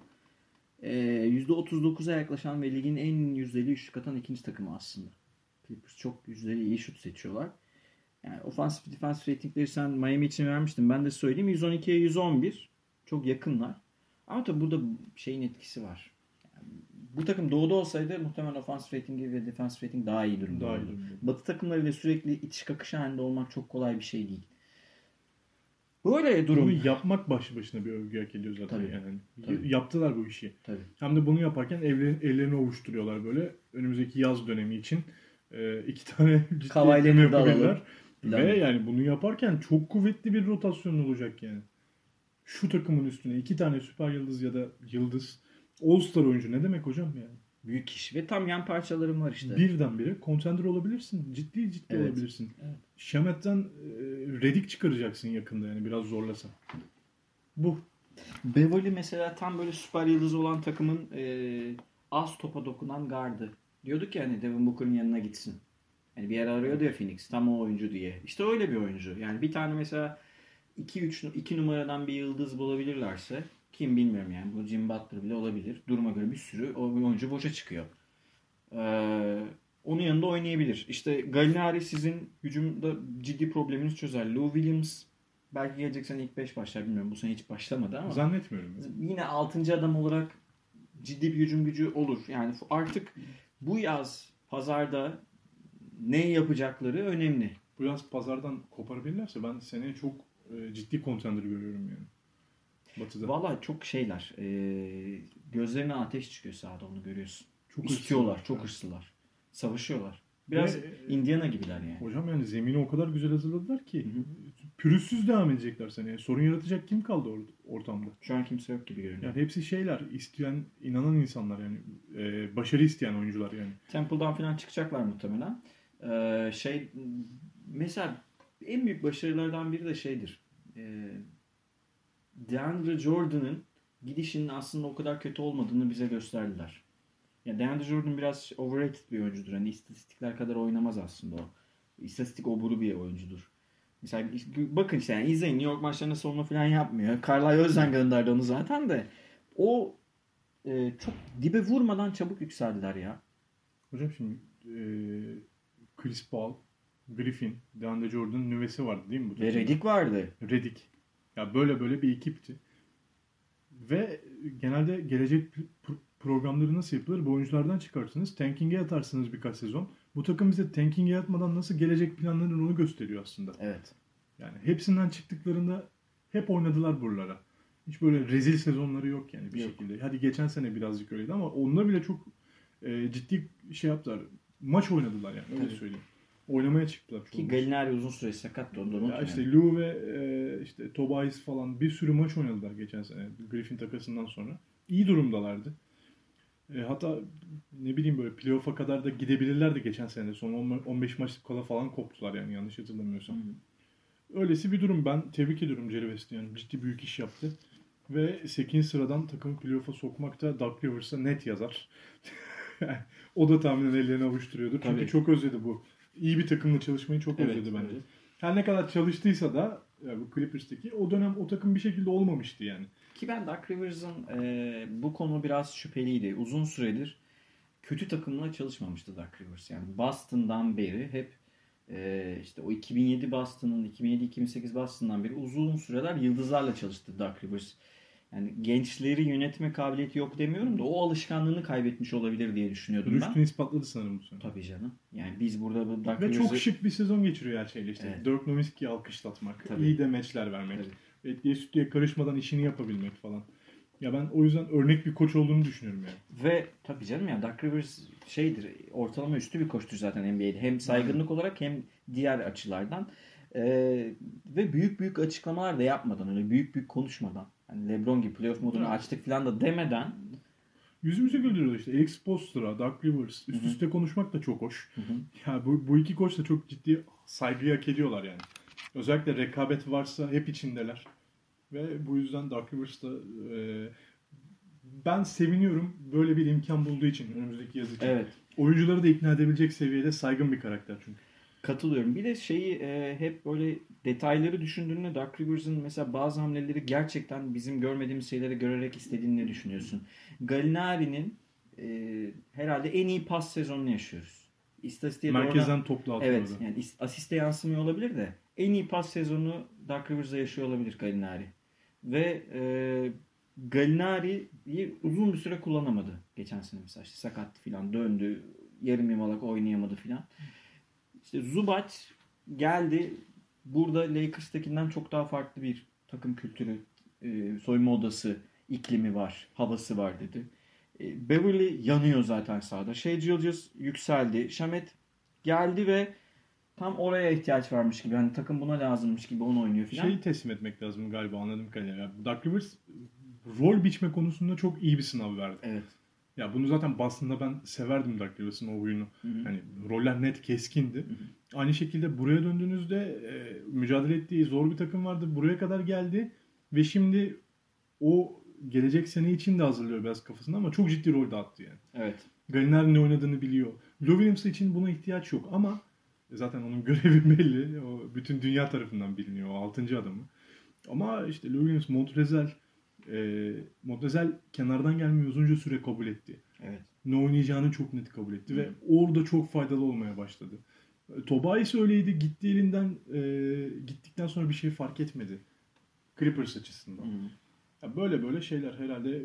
%39'a yaklaşan ve ligin en yüzdeli üçlük atan ikinci takımı aslında. Clippers çok yüzdeli iyi şut seçiyorlar. Yani offensive defense ratingleri sen Miami için vermiştin. Ben de söyleyeyim 112'ye 111. Çok yakınlar. Ama tabii burada şeyin etkisi var. Bu takım doğuda olsaydı muhtemelen offensive ratingi ve defensive rating daha iyi durumda. Batı takımlarıyla sürekli itiş kakış halinde olmak çok kolay bir şey değil. Böyle durum. Bunu yapmak başlı başına bir övgü hak ediyor zaten. Tabii. Yani. Tabii. Yaptılar bu işi. Tabii. Hem de bunu yaparken ellerini ovuşturuyorlar böyle. Önümüzdeki yaz dönemi için 2 tane ciddi ekleme yapabilirler. Ve yani bunu yaparken çok kuvvetli bir rotasyon olacak yani. Şu takımın üstüne 2 tane süper yıldız ya da yıldız All-Star oyuncu ne demek hocam yani? Büyük iş ve tam yan parçalarım var işte. Birdenbire contender olabilirsin. Ciddi olabilirsin. Evet. Şamet'ten Redick çıkaracaksın yakında yani biraz zorlasan. Bu. Beverly mesela tam böyle süper yıldız olan takımın az topa dokunan gardı. Diyorduk ya hani Devin Booker'ın yanına gitsin. Yani bir yer arıyordu ya Phoenix. Tam o oyuncu diye. İşte öyle bir oyuncu. Yani bir tane mesela 2 numaradan bir yıldız bulabilirlerse kim bilmiyorum yani. Bu Jim Butler bile olabilir. Duruma göre bir sürü oyuncu boşa çıkıyor. Onun yanında oynayabilir. İşte Gallinari sizin hücumda ciddi probleminizi çözer. Lou Williams belki gelecek sene ilk 5 başlar. Bilmiyorum. Bu sene hiç başlamadı ama. Zannetmiyorum. Yine 6. adam olarak ciddi bir hücum gücü olur. Yani artık bu yaz pazarda ne yapacakları önemli. Bu yaz pazardan koparabilirlerse ben seneye çok ciddi contender görüyorum yani. Batı'da. Vallahi çok şeyler. Gözlerine ateş çıkıyor sahada onu görüyorsun. Çok İstiyorlar. Çok hırslılar. Savaşıyorlar. Biraz Indiana gibiler yani. Hocam yani zemini o kadar güzel hazırladılar ki pürüzsüz devam edecekler seneye. Sorun yaratacak kim kaldı ortamda? Şu an kimse yok gibi görünüyor. Yani hepsi isteyen, inanan insanlar yani. Başarı isteyen oyuncular yani. Temple'dan falan çıkacaklar muhtemelen. Mesela en büyük başarılardan biri de şeydir. DeAndre Jordan'ın gidişinin aslında o kadar kötü olmadığını bize gösterdiler. Ya DeAndre Jordan biraz overrated bir oyuncudur. Hani istatistikler kadar oynamaz aslında o. İstatistik oburu bir oyuncudur. Mesela bakın işte yani izleyin New York maçlarında savunma falan yapmıyor. Carlisle Özden gönderdi onu zaten de. O çok dibe vurmadan çabuk yükseldiler ya. Hocam şimdi Chris Paul, Griffin, DeAndre Jordan'ın nüvesi vardı değil mi? Bu Ve Redick vardı. Redick. Ya böyle bir ekipti. Ve genelde gelecek programları nasıl yapılır? Bu oyunculardan çıkartırsınız. Tanking'e yatarsınız birkaç sezon. Bu takım bize tanking'e yatmadan nasıl gelecek planlarını onu gösteriyor aslında. Evet. Yani hepsinden çıktıklarında hep oynadılar buralara. Hiç böyle rezil sezonları yok yani bir şekilde. Hadi geçen sene birazcık öyleydi ama onlar bile çok ciddi şey yaptılar. Maç oynadılar yani öyle söyleyeyim. Oynamaya çıktılar. Ki Gallinari uzun süre sakattı. Ya işte Lou ve işte Tobias falan bir sürü maç oynadılar geçen sene. Griffin takasından sonra. İyi durumdalardı. Hatta ne bileyim böyle playoff'a kadar da gidebilirlerdi geçen sene. Son 15 maç kala falan koptular yani yanlış hatırlamıyorsam. Öylesi bir durum. Ben tebrik ediyorum Jerry West'i yani. Ciddi büyük iş yaptı. Ve 8. sıradan takımı playoff'a sokmak da Doug Rivers'a net yazar. O da tahminen ellerini avuşturuyordur. Çünkü Tabii. çok özledi bu. İyi bir takımla çalışmayı çok Evet, özledi bence. evet. Her ne kadar çalıştıysa da bu Clippers'taki o dönem o takım bir şekilde olmamıştı yani. Ki ben Doug Rivers'ın bu konu biraz şüpheliydi. Uzun süredir kötü takımla çalışmamıştı Doug Rivers. Yani Boston'dan beri hep işte o 2007 Boston'ın 2007-2008 Boston'dan beri uzun süreler yıldızlarla çalıştı Doug Rivers. Yani gençleri yönetme kabiliyeti yok demiyorum da o alışkanlığını kaybetmiş olabilir diye düşünüyordum ben. Rüştünü ispatladı sanırım bu sene. Tabii canım. Yani biz burada bu Doug Ve Rivers'ı... çok şık bir sezon geçiriyor her şeyle işte. Evet. Dirk Nowitzki'yi alkışlatmak, Tabii. iyi demeçler vermek, Tabii. etliye sütlüye karışmadan işini yapabilmek falan. Ya ben o yüzden örnek bir koç olduğunu düşünüyorum yani. Ve tabii canım ya Doug Rivers şeydir, ortalama üstü bir koçtur zaten NBA'de. Hem saygınlık olarak hem diğer açılardan. Ve büyük büyük açıklamalar da yapmadan, öyle büyük büyük konuşmadan. Hani LeBron gibi playoff modunu Evet. açtık falan da demeden. Yüzümüze güldürüyor işte. Eric Spoelstra, Doug Rivers. Üst üste konuşmak da çok hoş. Ya bu iki koç da çok ciddi saygıyı hak ediyorlar yani. Özellikle rekabet varsa hep içindeler. Ve bu yüzden Doug Rivers da ben seviniyorum böyle bir imkan bulduğu için önümüzdeki yaz için. Evet. Oyuncuları da ikna edebilecek seviyede saygın bir karakter çünkü. Katılıyorum. Bir de şeyi hep böyle detayları düşündüğünde Doug Rivers'ın mesela bazı hamleleri gerçekten bizim görmediğimiz şeyleri görerek istediğini düşünüyorsun. Gallinari'nin herhalde en iyi pas sezonunu yaşıyoruz. İstatistiğe Merkezden top dağıtıyor. evet, yani asiste yansımıyor olabilir de en iyi pas sezonunu Doug Rivers'da yaşıyor olabilir Gallinari. Ve Gallinari'yi uzun bir süre kullanamadı geçen sene mesela. İşte sakat falan döndü. Yarım yamalak oynayamadı falan. İşte Zubac geldi. Burada Lakers'takinden çok daha farklı bir takım kültürü, soyunma odası, iklimi var, havası var dedi. Beverly yanıyor zaten sahada. Shai Gilgeous yükseldi. Shamet geldi ve tam oraya ihtiyaç varmış gibi. Yani takım buna lazımmış gibi onu oynuyor falan. Şeyi teslim etmek lazım galiba anladığım kadarıyla. Doug Rivers rol biçme konusunda çok iyi bir sınav verdi. Evet. Ya bunu zaten Boston'da ben severdim Doug Rivers'ın o oyunu. Hani roller net keskindi. Aynı şekilde buraya döndüğünüzde mücadele ettiği zor bir takım vardı. Buraya kadar geldi ve şimdi o gelecek sene için de hazırlıyor biraz kafasında ama çok ciddi rol dağıttı yani. Evet. Gallinari ne oynadığını biliyor. Lou Williams için buna ihtiyaç yok ama zaten onun görevi belli. O bütün dünya tarafından biliniyor. O 6. adamı. Ama işte Lou Williams, Montrezl kenardan gelmeyi uzunca süre kabul etti. Evet. Ne oynayacağını çok net kabul etti ve orada çok faydalı olmaya başladı. Tobias öyleydi. Gitti elinden gittikten sonra bir şey fark etmedi. Clippers açısından. Ya böyle şeyler herhalde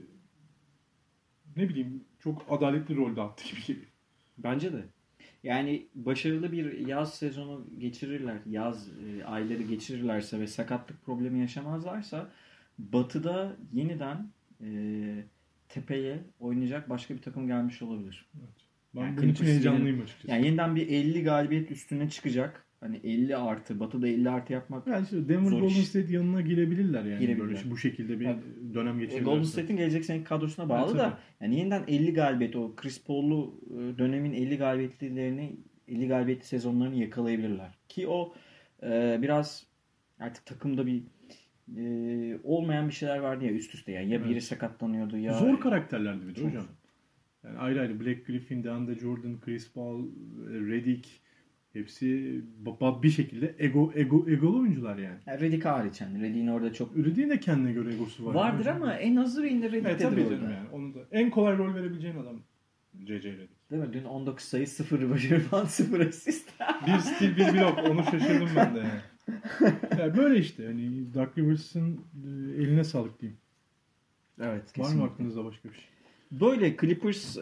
ne bileyim çok adaletli rol dağıttı gibi geliyor. Bence de. Yani başarılı bir yaz sezonu geçirirler, yaz ayları geçirirlerse ve sakatlık problemi yaşamazlarsa Batı'da yeniden tepeye oynayacak başka bir takım gelmiş olabilir. Evet. Ben Yani bunun için Clippers heyecanlıyım açıkçası. Yani yeniden bir 50 galibiyet üstüne çıkacak. Hani 50 artı, Batı'da 50 artı yapmak Yani işte Denver zor Golden iş. State yanına girebilirler yani Girebilirler. böyle bu şekilde bir Yani, dönem geçirirlerse. Golden State'in gelecek seneki kadrosuna bağlı Evet, da tabii. yani yeniden 50 galibiyet, o Chris Paul'lu dönemin 50 galibiyetlilerini, 50 galibiyetli sezonlarını yakalayabilirler. Ki o biraz artık takımda bir olmayan bir şeyler vardı ya üst üste, yani ya biri Evet. sakatlanıyordu ya Zor karakterlerdi bir de Çok hocam. Yani ayrı ayrı Black Griffin, DeAndre Jordan, Chris Paul, Redick hepsi bir şekilde egolu oyuncular yani. yani Redick hariç, yani Redick'in orada çok Redick'in de kendine göre egosu var. vardır ama en azı benim de Evet Redick'tedir tabii orada. canım yani. Onu da en kolay rol verebileceğin adam C.C. Redick. Değil mi? Dün 19 sayı 0 başarı falan 0 asist. Bir stil bir blok onu şaşırdım ben de yani. Yani böyle işte hani Doug Rivers'ın eline sağlık diyeyim. Evet, Var kesinlikle. mı aklınızda başka bir şey? Böyle Clippers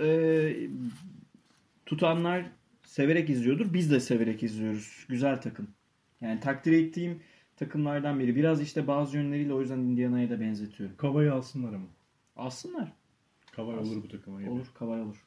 tutanlar severek izliyordur. Biz de severek izliyoruz. Güzel takım. Yani takdir ettiğim takımlardan biri. Biraz işte bazı yönleriyle o yüzden Indiana'ya da benzetiyorum. Kavayı alsınlar ama. Alsınlar. Kavay olur bu takıma. Olur. Kavay olur.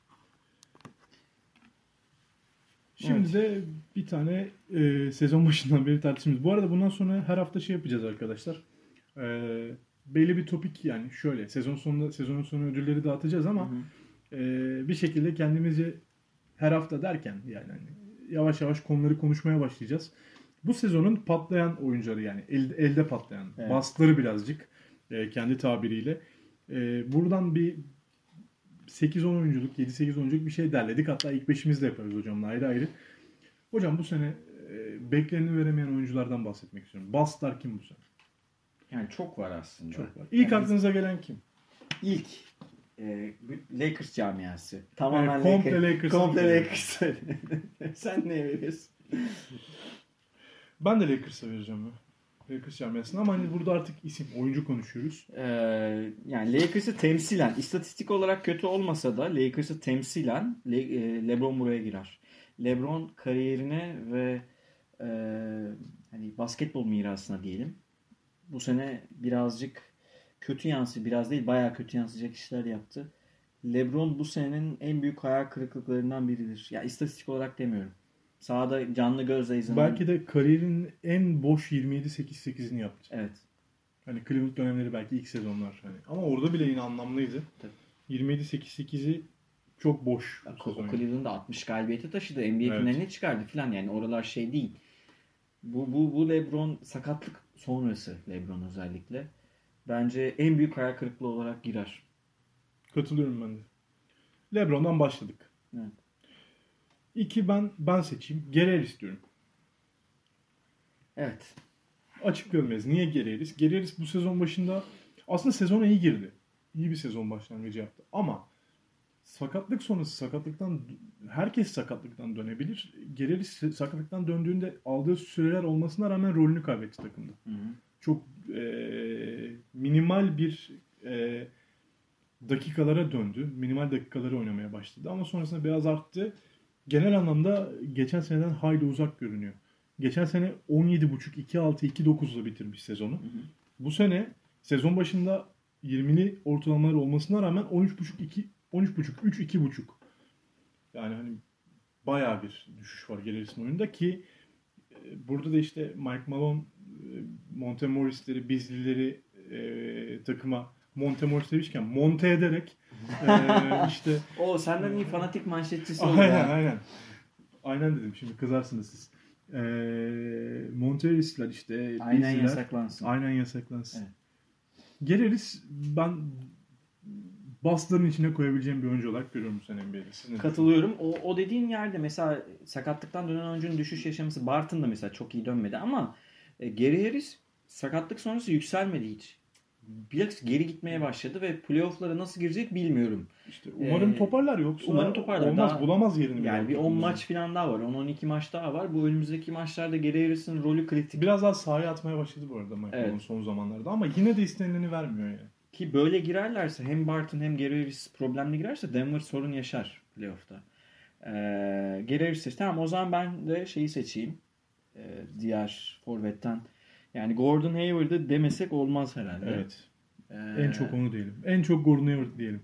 Şimdi de bir tane sezon başından beri tartışmamız. Bu arada bundan sonra her hafta şey yapacağız arkadaşlar. Belli bir topik yani şöyle sezonun sonu ödülleri dağıtacağız ama bir şekilde kendimizi her hafta derken yani hani yavaş yavaş konuları konuşmaya başlayacağız. Bu sezonun patlayan oyuncuları yani elde patlayan, Evet. bastıları birazcık kendi tabiriyle. Buradan bir 8-10 oyunculuk, 7-8 oyunculuk bir şey derledik. Hatta ilk 5'imizi de yaparız hocamla ayrı ayrı. Hocam bu sene bekleneni veremeyen oyunculardan bahsetmek istiyorum. Bustlar kim bu sene? Yani çok var aslında. Çok var. İlk Yani aklınıza gelen kim? İlk Lakers camiası. Tamamen Evet, komple Lakers'a Komple gidiyor. Lakers'a. Sen ne veriyorsun? Ben de Lakers'a vereceğim ya. Lakers camiasına ama hani burada artık isim, oyuncu konuşuyoruz. Yani Lakers'ı temsilen, istatistik olarak kötü olmasa da Lakers'ı temsilen LeBron buraya girer. LeBron kariyerine ve hani basketbol mirasına diyelim. Bu sene birazcık kötü biraz değil bayağı kötü yansıyacak işler yaptı. LeBron bu senenin en büyük hayal kırıklıklarından biridir. Ya istatistik olarak demiyorum. Sahada canlı gözle izlenen. Belki de kariyerinin en boş 27-8-8'ini yaptı. Evet. Hani Cleveland dönemleri belki ilk sezonlar. Hani. Ama orada bile yine anlamlıydı. Tabii. 27-8-8'i çok boş. O Cleveland'da 60 galibiyeti taşıdı. NBA finaline çıkardı falan yani oralar şey değil. Bu LeBron sakatlık sonrası LeBron özellikle. Bence en büyük hayal kırıklığı olarak girer. Katılıyorum ben de. LeBron'dan başladık. Evet. 2 ben seçeyim. Gerer istiyorum. Evet. Açık görmez. Niye Gereris? Gereris bu sezon başında aslında sezona iyi girdi. İyi bir sezon başlangıcı yaptı. Ama sakatlık sonrası herkes sakatlıktan dönebilir. Gereris sakatlıktan döndüğünde aldığı süreler olmasına rağmen rolünü kaybetti takımda. Hı-hı. Çok minimal bir dakikalara döndü. Minimal dakikaları oynamaya başladı. Ama sonrasında biraz arttı. Genel anlamda geçen seneden hayli uzak görünüyor. Geçen sene 17.5, 2.6, 2.9'la bitirmiş sezonu. Hı-hı. Bu sene sezon başında 20'li ortalamalar olmasına rağmen 13.5, 3, 2.5. Yani hani bayağı bir düşüş var Gereris'in oyunda ki burada da işte Mike Malone, Montemoris'leri, Bizlileri takıma Montemoris demişken monte ederek işte O senden iyi fanatik manşetçisi oldu. aynen. Aynen dedim. Şimdi kızarsınız siz. Montemoris'ler işte Aynen Bizliler, yasaklansın. Aynen yasaklansın. Evet. Gereris ben Bust'ların içine koyabileceğim bir oyuncu olarak görüyorum bu sene NBA'de. Katılıyorum. O dediğin yerde mesela sakatlıktan dönen oyuncunun düşüş yaşaması Barton da mesela çok iyi dönmedi ama Gary Harris sakatlık sonrası yükselmedi hiç. Biraz geri gitmeye başladı ve playoff'lara nasıl girecek bilmiyorum. İşte umarım toparlar yoksa umarım toparlar. olmaz bulamaz yerini. Yani bir 10 maç falan daha var. 10-12 maç daha var. Bu önümüzdeki maçlarda Gary Harris'in rolü kritik. Biraz daha sahaya atmaya başladı bu arada Michael'ın son zamanlarda ama yine de istenileni vermiyor yani. Ki böyle girerlerse hem Barton hem Gary Harris problemli girerse Denver sorun yaşar playoff'ta. Gary Harris seçti. Tamam o zaman ben de şeyi seçeyim. Diğer forvetten. Yani Gordon Hayward'ı demesek olmaz herhalde. Evet. En çok onu diyelim. En çok Gordon Hayward diyelim.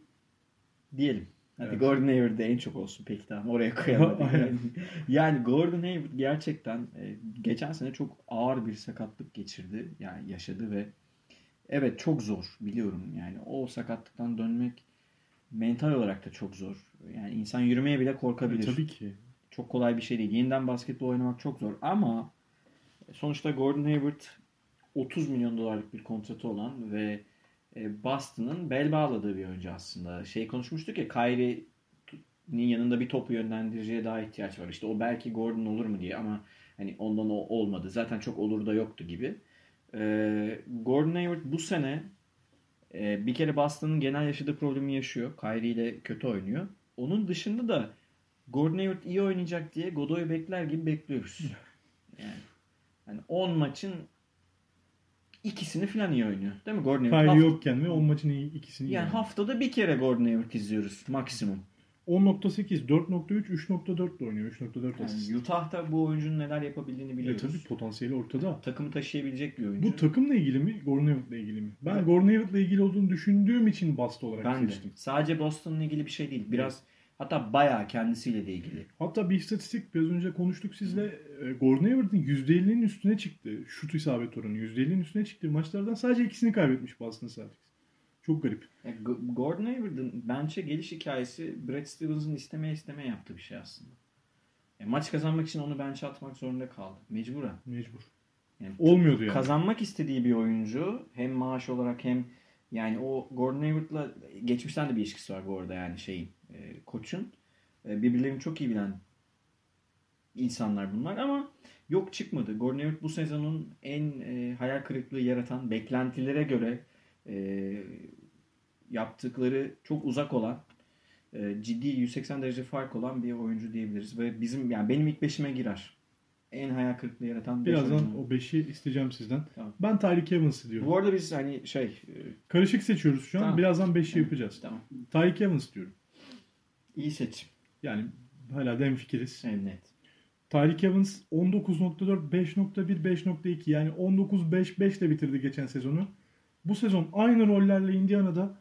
Diyelim. Hadi Evet. Gordon Hayward da en çok olsun. Peki tamam oraya koyalım. Yani Gordon Hayward gerçekten geçen sene çok ağır bir sakatlık geçirdi. Yani yaşadı ve evet çok zor biliyorum. Yani o sakatlıktan dönmek mental olarak da çok zor. Yani insan yürümeye bile korkabilir. Tabii ki. Çok kolay bir şey değil. Yeniden basketbol oynamak çok zor ama sonuçta Gordon Hayward 30 milyon dolarlık bir kontratı olan ve Boston'ın bel bağladığı bir oyuncu aslında. Konuşmuştuk ya Kyrie'nin yanında bir topu yönlendiriciye daha ihtiyaç var. İşte o belki Gordon olur mu diye ama hani ondan o olmadı. Zaten çok olur da yoktu gibi. Gordon Hayward bu sene bir kere Boston'ın genel yaşadığı problemi yaşıyor. Kyrie ile kötü oynuyor. Onun dışında da Gordon Hayward iyi oynayacak diye Godoy'u bekler gibi bekliyoruz. Yani 10 maçın ikisini falan iyi oynuyor. Değil mi Gordon Hayward? Kyrie yokken ve 10 maçın ikisini yani haftada bir kere Gordon Hayward izliyoruz maksimum. 10.8, 4.3, 3.4 de oynuyor. 3.4 asist. Yani Utah'ta bu oyuncunun neler yapabildiğini biliyoruz. Tabii potansiyeli ortada. Takımı taşıyabilecek bir oyuncu. Bu takımla ilgili mi? Gordon Hayward'la ilgili mi? Ben Gordon Hayward'la ilgili olduğunu düşündüğüm için Bust olarak ben seçtim. de. Sadece Boston'la ilgili bir şey değil. Biraz hatta bayağı kendisiyle de ilgili. Hatta bir istatistik biraz önce konuştuk sizle. Gordon Hayward'ın %50'nin üstüne çıktı. Şut isabet oranı %50'nin üstüne çıktı. Maçlardan sadece ikisini kaybetmiş Boston Celtics. Çok garip. Gordon Hayward'ın bench'e geliş hikayesi Brad Stevens'ın istemeye yaptığı bir şey aslında. Maç kazanmak için onu bench'e atmak zorunda kaldı. Mecburen. Mecbur. Yani Olmuyordu yani. kazanmak istediği bir oyuncu. Hem maaş olarak hem yani o Gordon Hayward'la geçmişten de bir ilişkisi var bu arada yani koçun. Birbirlerini çok iyi bilen insanlar bunlar ama yok çıkmadı. Gordon Hayward bu sezonun en hayal kırıklığı yaratan, beklentilere göre yaptıkları çok uzak olan, ciddi 180 derece fark olan bir oyuncu diyebiliriz. Ve benim ilk 5'ime girer. En hayal kırıklığı yaratan 5 Birazdan oyuncu. o 5'i isteyeceğim sizden. Tamam. Ben Tyreek Evans'ı diyorum. Bu arada biz Karışık seçiyoruz şu an. Tamam. Birazdan 5'i yapacağız. Tamam. Tyreek Evans diyorum. İyi seçim. Yani hala da hemfikiriz. Evet. Tyreek Evans 19.4, 5.1, 5.2 yani 19-5-5 ile bitirdi geçen sezonu. Bu sezon aynı rollerle Indiana'da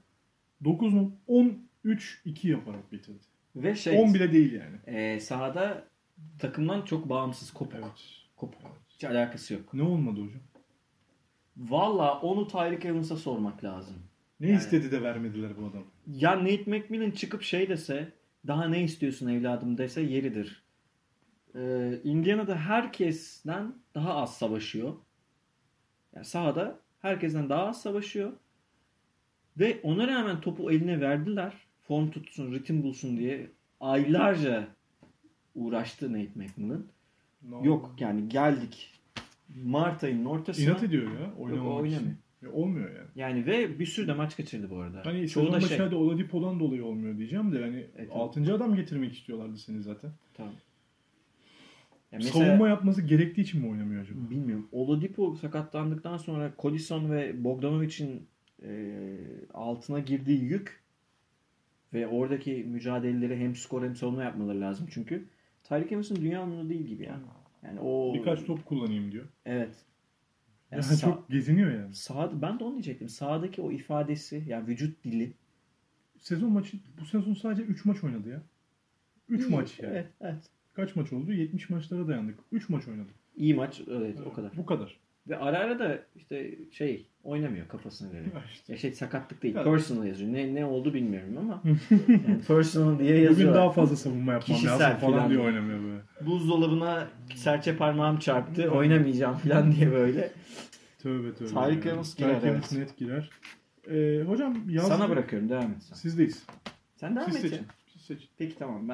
9.13-2 yaparak bitirdi. Ve 10 bile değil yani. sahada takımdan çok bağımsız, kopuk. Evet. Kopuk. Hiç alakası yok. Ne olmadı hocam? Valla onu Tyreek Evans'a sormak lazım. Ne istedi de vermediler bu adam? Ya Nate McMillan çıkıp dese, daha ne istiyorsun evladım dese yeridir. Indiana'da herkesten daha az savaşıyor. Yani sahada herkesten daha az savaşıyor. Ve ona rağmen topu eline verdiler. Form tutsun, ritim bulsun diye aylarca uğraştı Nate McMillan. Yok yani geldik Mart ayının ortasına. İnat ediyor ya. Oynamıyor. Olmuyor yani. Yani ve bir sürü de maç kaçırdı bu arada. Hani Çoğu sezon da başı hadi Oladipo'dan dolayı olmuyor diyeceğim de hani Evet, 6. adam getirmek istiyorlardı seni zaten. Tamam. Ya Savunma yapması gerektiği için mi oynamıyor acaba? Bilmiyorum. Oladipo sakatlandıktan sonra Collison ve Bogdanovic'in altına girdiği yük ve oradaki mücadeleleri hem skor hem savunma yapmaları lazım çünkü. Tyreek Evans'ın dünya anlamında değil gibi ya. Yani o Birkaç top kullanayım diyor. Evet. Yani Yani çok geziniyor yani. ben de onu diyecektim. Sahadaki o ifadesi, yani vücut dili. Bu sezon sadece 3 maç oynadı ya. 3 maç yani. Evet. Kaç maç oldu? 70 maçlara dayandık. 3 maç oynadı. İyi maç, evet, o kadar. Bu kadar. Ve ara ara da oynamıyor kafasına göre. İşte. Sakatlık değil. Evet. Personal yazıyor. Ne oldu bilmiyorum ama yani personal diye yazıyor. Bugün daha fazla savunma yapmam Kişisel lazım falan falan diye diye. oynamıyor böyle. Buzdolabına serçe parmağım çarptı. Oynamayacağım falan diye böyle. Tövbe. Tyreek Evans girer, Tyreek Evans evet. net girer. Hocam yaz. Sana bırakıyorum, devam et sen. Sizdeyiz. Sen devam Siz et. seçin. ya. Siz seçin. Peki tamam,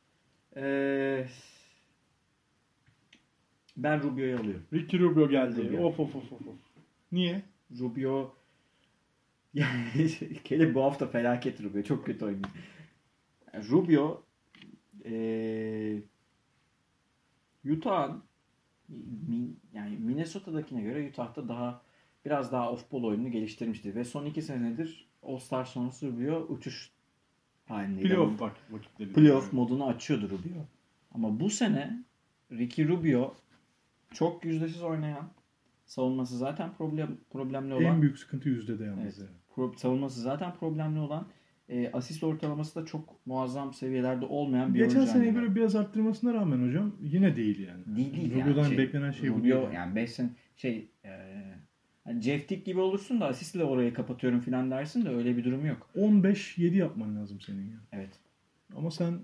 ben Rubio'yu alıyorum. Ricky Rubio geldi. Rubio. Of. Niye? Rubio yani bu hafta felaket Rubio. Çok kötü oynuyor. Yani Rubio Utah'ın yani Minnesota'dakine göre Utah'ta biraz daha off-ball oyununu geliştirmişti. Ve son 2 senedir All-Star sonrası Rubio uçuş halindeydi. Playoff vakitleri. Playoff modunu açıyordu Rubio. Ama bu sene Ricky Rubio çok yüzdesiz oynayan, savunması zaten problemli olan. En büyük sıkıntı yüzdede yalnız. Evet. Yani. Savunması zaten problemli olan, asist ortalaması da çok muazzam seviyelerde olmayan bir Geçen oyuncu. seneye göre biraz arttırmasına rağmen hocam yine değil yani. Değil Rubio'dan yani. beklenen şey bu Rubio değil. yani 5 sene hani Jeff Tick gibi olursun da asistle orayı kapatıyorum falan dersin de öyle bir durum yok. 15-7 yapman lazım senin yani. Evet. Ama sen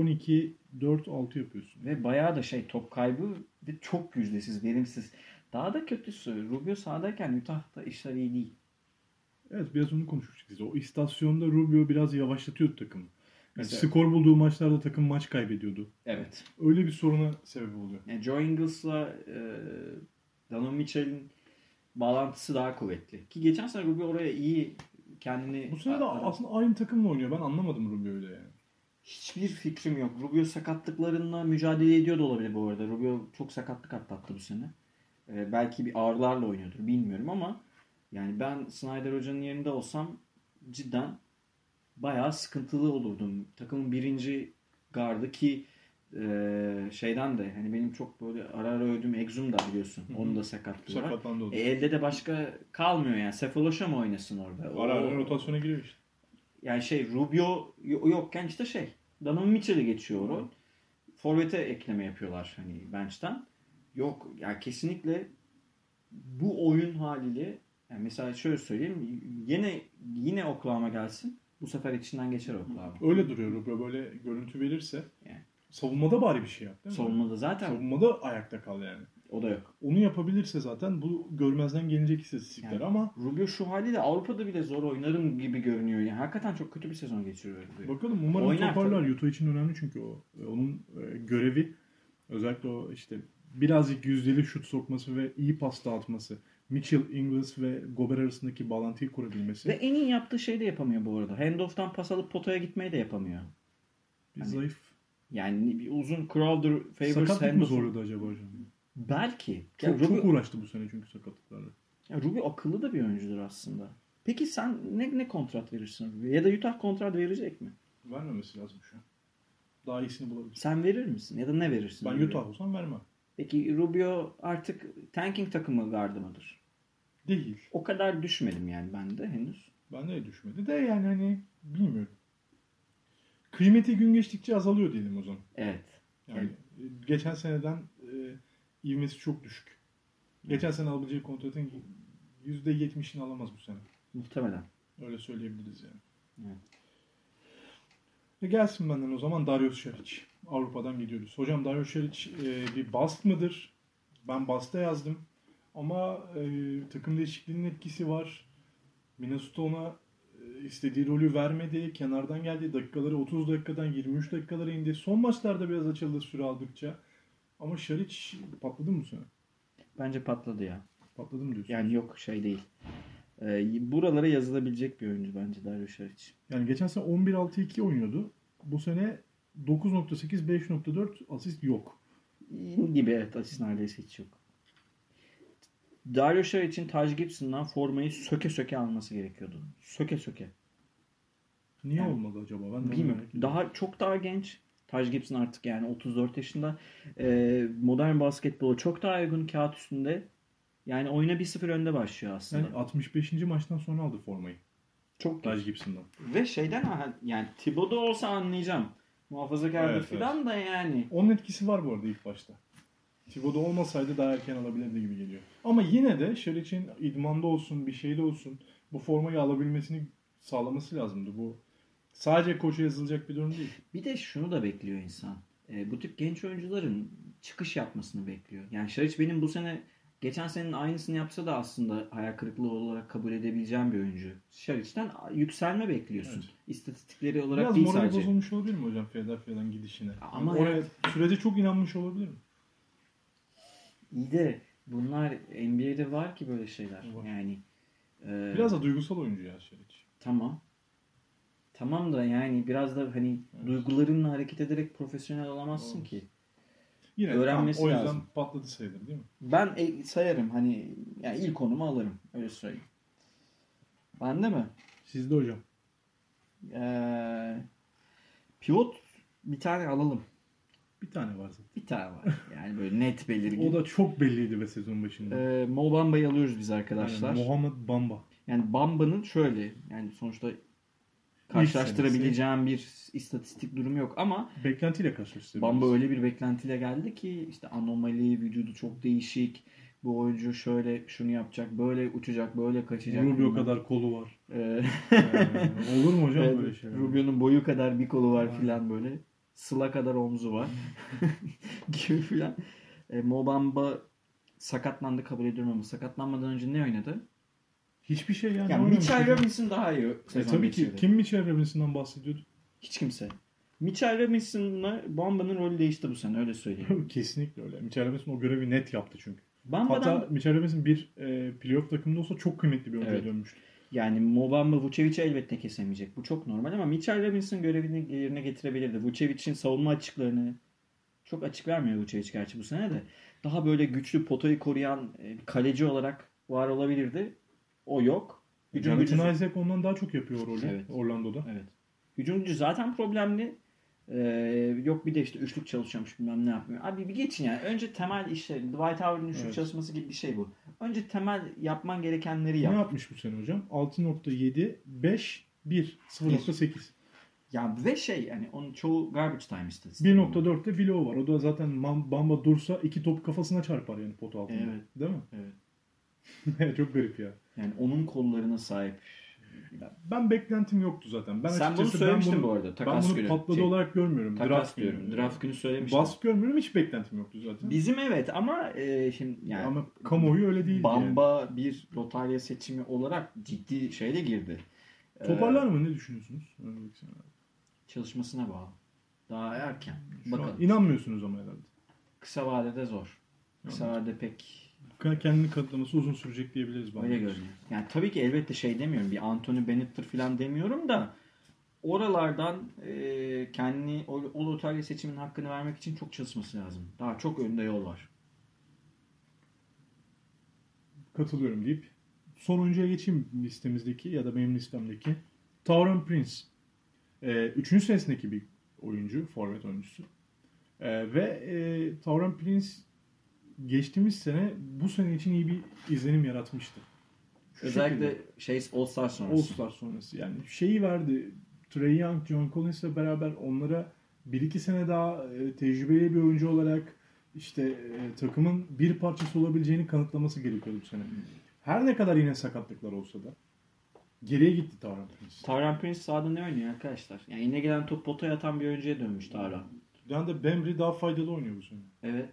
12-4-6 yapıyorsun. Ve bayağı da top kaybı ve çok yüzdesiz, verimsiz. Daha da kötüsü Rubio sahadayken Utah'ta işler iyi değil. Evet, biraz onu konuşmuştuk biz. O istasyonda Rubio biraz yavaşlatıyordu takımı. Yani Mesela- skor bulduğu maçlarda takım maç kaybediyordu. Evet. Öyle bir soruna sebep oluyor. Yani Joe Ingles'la Donovan Mitchell'in bağlantısı daha kuvvetli. Ki geçen sene Rubio oraya iyi kendini... Bu sene de aslında aynı takımla oynuyor. Ben anlamadım Rubio'yu da yani. Hiçbir fikrim yok. Rubio sakatlıklarına mücadele ediyor da olabilir bu arada. Rubio çok sakatlık atlattı bu sene. Belki bir ağrılarla oynuyordur, bilmiyorum ama yani ben Snyder Hoca'nın yerinde olsam cidden bayağı sıkıntılı olurdum. Takımın birinci gardı ki şeyden de hani benim çok böyle ara ara övdüğüm Exum da biliyorsun. Onun da sakatlığı var. Sakatlandı oldu. Elde de başka kalmıyor yani. Sefolosha mı oynasın orada? Ara ara rotasyona giriyor işte. Yani Rubio yokken işte Donovan Mitchell'e geçiyor o rol. Forvet'e ekleme yapıyorlar hani bench'ten. Yok yani kesinlikle bu oyun haliyle yani mesela şöyle söyleyeyim, yine Oklahoma gelsin. Bu sefer içinden geçer Oklahoma. Öyle duruyor Rubio, böyle görüntü verirse. Yani. Savunmada bari bir şey yap değil mi? Savunmada zaten Savunmada ayakta kal yani. O da yok. Onu yapabilirse zaten bu görmezden gelecek istatistikler Yani ama Rubio şu haliyle Avrupa'da bile zor oynarım gibi görünüyor. Yani hakikaten çok kötü bir sezon geçiriyor Rubio. bakalım umarım Oynar toparlar. tabii. Utah için önemli çünkü o. Onun görevi özellikle o işte birazcık yüzdeli şut sokması ve iyi pas dağıtması. Mitchell, Ingles ve Gobert arasındaki bağlantıyı kurabilmesi. Ve en iyi yaptığı şey de yapamıyor bu arada. Handoff'tan pas alıp potaya gitmeyi de yapamıyor. Bir Hani- zayıf. Yani bir uzun Crowder favors Sakatlık mı handoff. zorladı acaba hocam? Belki. Çok, Ya çok uğraştı bu sene çünkü sakatlıklarla. Rubio akıllı da bir oyuncudur aslında. Peki sen ne kontrat verirsin Rubio'ya? Ya da Utah kontrat verecek mi? Vermemesi lazım şu an. Daha iyisini bulabilir. Sen verir misin? Ya da ne verirsin? Ben Rubio'ya? Utah olsam vermem. Peki Rubio artık tanking takımı gardı mıdır? Değil. O kadar düşmedim yani ben de henüz. Bende de düşmedi de yani hani bilmiyorum. Kıymeti gün geçtikçe azalıyor diyelim o zaman. Evet. Yani geçen seneden ivmesi çok düşük. Geçen sene alabileceği kontratın %70'ini alamaz bu sene. Muhtemelen. Öyle söyleyebiliriz yani. Evet. Gelsin benden o zaman Dario Saric. Avrupa'dan gidiyoruz. Hocam Dario Saric bir bust mıdır? Ben bust'a yazdım. Ama takım değişikliğinin etkisi var. Minnesota ona istediği rolü vermedi. Kenardan geldi. Dakikaları 30 dakikadan 23 dakikalara indi. Son maçlarda biraz açıldı süre aldıkça. Ama Saric patladı mı bu sene? Bence patladı ya. Patladı mı diyorsun? Yani yok şey değil. Buralara yazılabilecek bir oyuncu bence Dario Saric. Yani geçen sene 11-6-2 oynuyordu. Bu sene 9.8, 5.4 asist yok. Gibi evet asist neredeyse hiç yok. Dario Saric'in Taj Gibson'dan formayı söke söke alması gerekiyordu. Söke söke. Niye Yani, olmadı acaba? Ben de onu Bilmiyorum. merak ediyorum. Çok daha genç. Taj Gibson artık yani 34 yaşında. Modern basketbola çok daha uygun kağıt üstünde. Yani oyuna 1-0 önde başlıyor aslında. Yani 65. maçtan sonra aldı formayı. Çok Taj genç. Gibson'dan. Ve şeyden yani Thibodeau olsa anlayacağım. Muhafazakardır Evet, falan da yani. Onun etkisi var bu arada ilk başta. Thibodeau olmasaydı daha erken alabilirdi gibi geliyor. Ama yine de Saric'in idmanda olsun, bir şeyde olsun bu formayı alabilmesini sağlaması lazımdı. Bu sadece koça yazılacak bir durum değil. Bir de şunu da bekliyor insan. Bu tip genç oyuncuların çıkış yapmasını bekliyor. Yani Saric benim bu sene geçen senenin aynısını yapsa da aslında hayal kırıklığı olarak kabul edebileceğim bir oyuncu. Saric'ten yükselme bekliyorsun. Evet. İstatistikleri olarak Biraz değil morali sadece. bozulmuş olabilir mi hocam Philadelphia'dan gidişine? Ama oraya evet. sürece çok inanmış olabilir mi? İyi de bunlar NBA'de var ki böyle şeyler. Var. Yani Biraz da duygusal oyuncu ya Saric. tamam. Tamam da yani biraz da hani duygularınla hareket ederek profesyonel olamazsın Doğru. ki. Yine Öğrenmesi o yüzden lazım. patladı sayılır değil mi? Ben sayarım hani yani ilk konumu alırım öyle söyleyeyim. Bende mi? Sizde hocam. Pivot bir tane alalım. Bir tane var zaten. Bir tane var. Yani böyle net belirgin. O da çok belliydi be sezon başında. Mo Bamba'yı alıyoruz biz arkadaşlar. Yani Muhammed Bamba. Yani Bamba'nın şöyle yani sonuçta karşılaştırabileceğim bir istatistik durum yok ama Beklentiyle karşılaştırıyoruz. Bamba öyle bir beklentiyle geldi ki işte anomali, vücudu çok değişik. Bu oyuncu şöyle şunu yapacak, böyle uçacak, böyle kaçacak. Rubio kadar kolu var. Ee, Olur mu hocam evet, böyle şeyler? Rubio'nun boyu kadar bir kolu var Aynen. filan böyle. Sıla kadar omzu var. gibi filan. Mo Bamba sakatlandı kabul ediyorum ama sakatlanmadan önce ne oynadı? Hiçbir şey yani. Yani oynamış Mitchell hocam. Robinson daha iyi sezon Tabii ki. geçirdi. Kim Mitchell Robinson'dan bahsediyordu? Hiç kimse. Mitchell Robinson'la Bamba'nın rolü değişti bu sene öyle söyleyeyim. Kesinlikle öyle. Mitchell Robinson o görevi net yaptı çünkü. Bamba'dan Hatta Mitchell Robinson bir playoff takımında olsa çok kıymetli bir oyuncuya Evet. dönmüştü. yani Mo Bamba Vucevic'i elbette kesemeyecek. Bu çok normal ama Mitchell Robinson görevini yerine getirebilirdi. Vucevic'in savunma açıklarını çok açık vermiyor Vucevic gerçi bu sene de. Daha böyle güçlü potayı koruyan kaleci olarak var olabilirdi. O yok. Hücum gücü, Jonathan Isaac ondan daha çok yapıyor o rolü Evet. Orlando'da. evet. Hücum gücü zaten problemli. Yok bir de işte üçlük çalışıyormuş bilmem ne yapmıyor. Abi bir geçin yani. Önce temel işler. Dwight Howard'ın üçlük Evet. çalışması gibi bir şey bu. Önce temel yapman gerekenleri Ne yap. yapmış bu sene hocam? 6.7, 5, 1, 0.8. Ya ve yani onun çoğu garbage time istatistiği. 1.4'te Vilo var. O da zaten Bamba dursa 2 top kafasına çarpar yani pot altında. Evet. Değil mi? Evet. Çok garip ya. Yani onun kollarına sahip Ben beklentim yoktu zaten. Ben Sen bunu açıkçası söylemiştin bu arada. Ben Takas bunu günü. patladı olarak görmüyorum. Takas günü. diyorum. Draft günü söylemiştim. Baskı görmüyorum. Hiç beklentim yoktu zaten. Bizim evet ama şimdi yani Ama kamuoyu öyle değil. Bamba bir lotarya seçimi olarak ciddi şeyle girdi. Toparlar mı? Ne düşünüyorsunuz? Çalışmasına bağlı. Daha erken. Şu Bakalım. an inanmıyorsunuz ama herhalde. Kısa vadede zor. Kısa vadede pek Kendini kanıtlaması uzun sürecek diyebiliriz. öyle görünüyor. Yani tabii ki elbette şey demiyorum. Bir Anthony Bennett'tir falan demiyorum da oralardan kendini o lotarya seçiminin hakkını vermek için çok çalışması lazım. Daha çok önünde yol var. Katılıyorum deyip son oyuncuya geçeyim listemizdeki ya da benim listemdeki. Taurean Prince. 3. senesindeki bir oyuncu, forvet oyuncusu. Taurean Prince geçtiğimiz sene bu sene için iyi bir izlenim yaratmıştı. Özellikle All-Star sonrası. All-Star sonrası. Yani şeyi verdi. Trae Young, John Collins'le beraber onlara 1-2 sene daha tecrübeli bir oyuncu olarak işte takımın bir parçası olabileceğini kanıtlaması gerekiyordu bu sene. Her ne kadar yine sakatlıklar olsa da geriye gitti Taurean Prince. Taurean Prince sahada ne oynuyor arkadaşlar? Yani yine gelen top potaya atan bir oyuncuya dönmüş Taurean. Yani de Bembry daha faydalı oynuyor bu sene. Evet.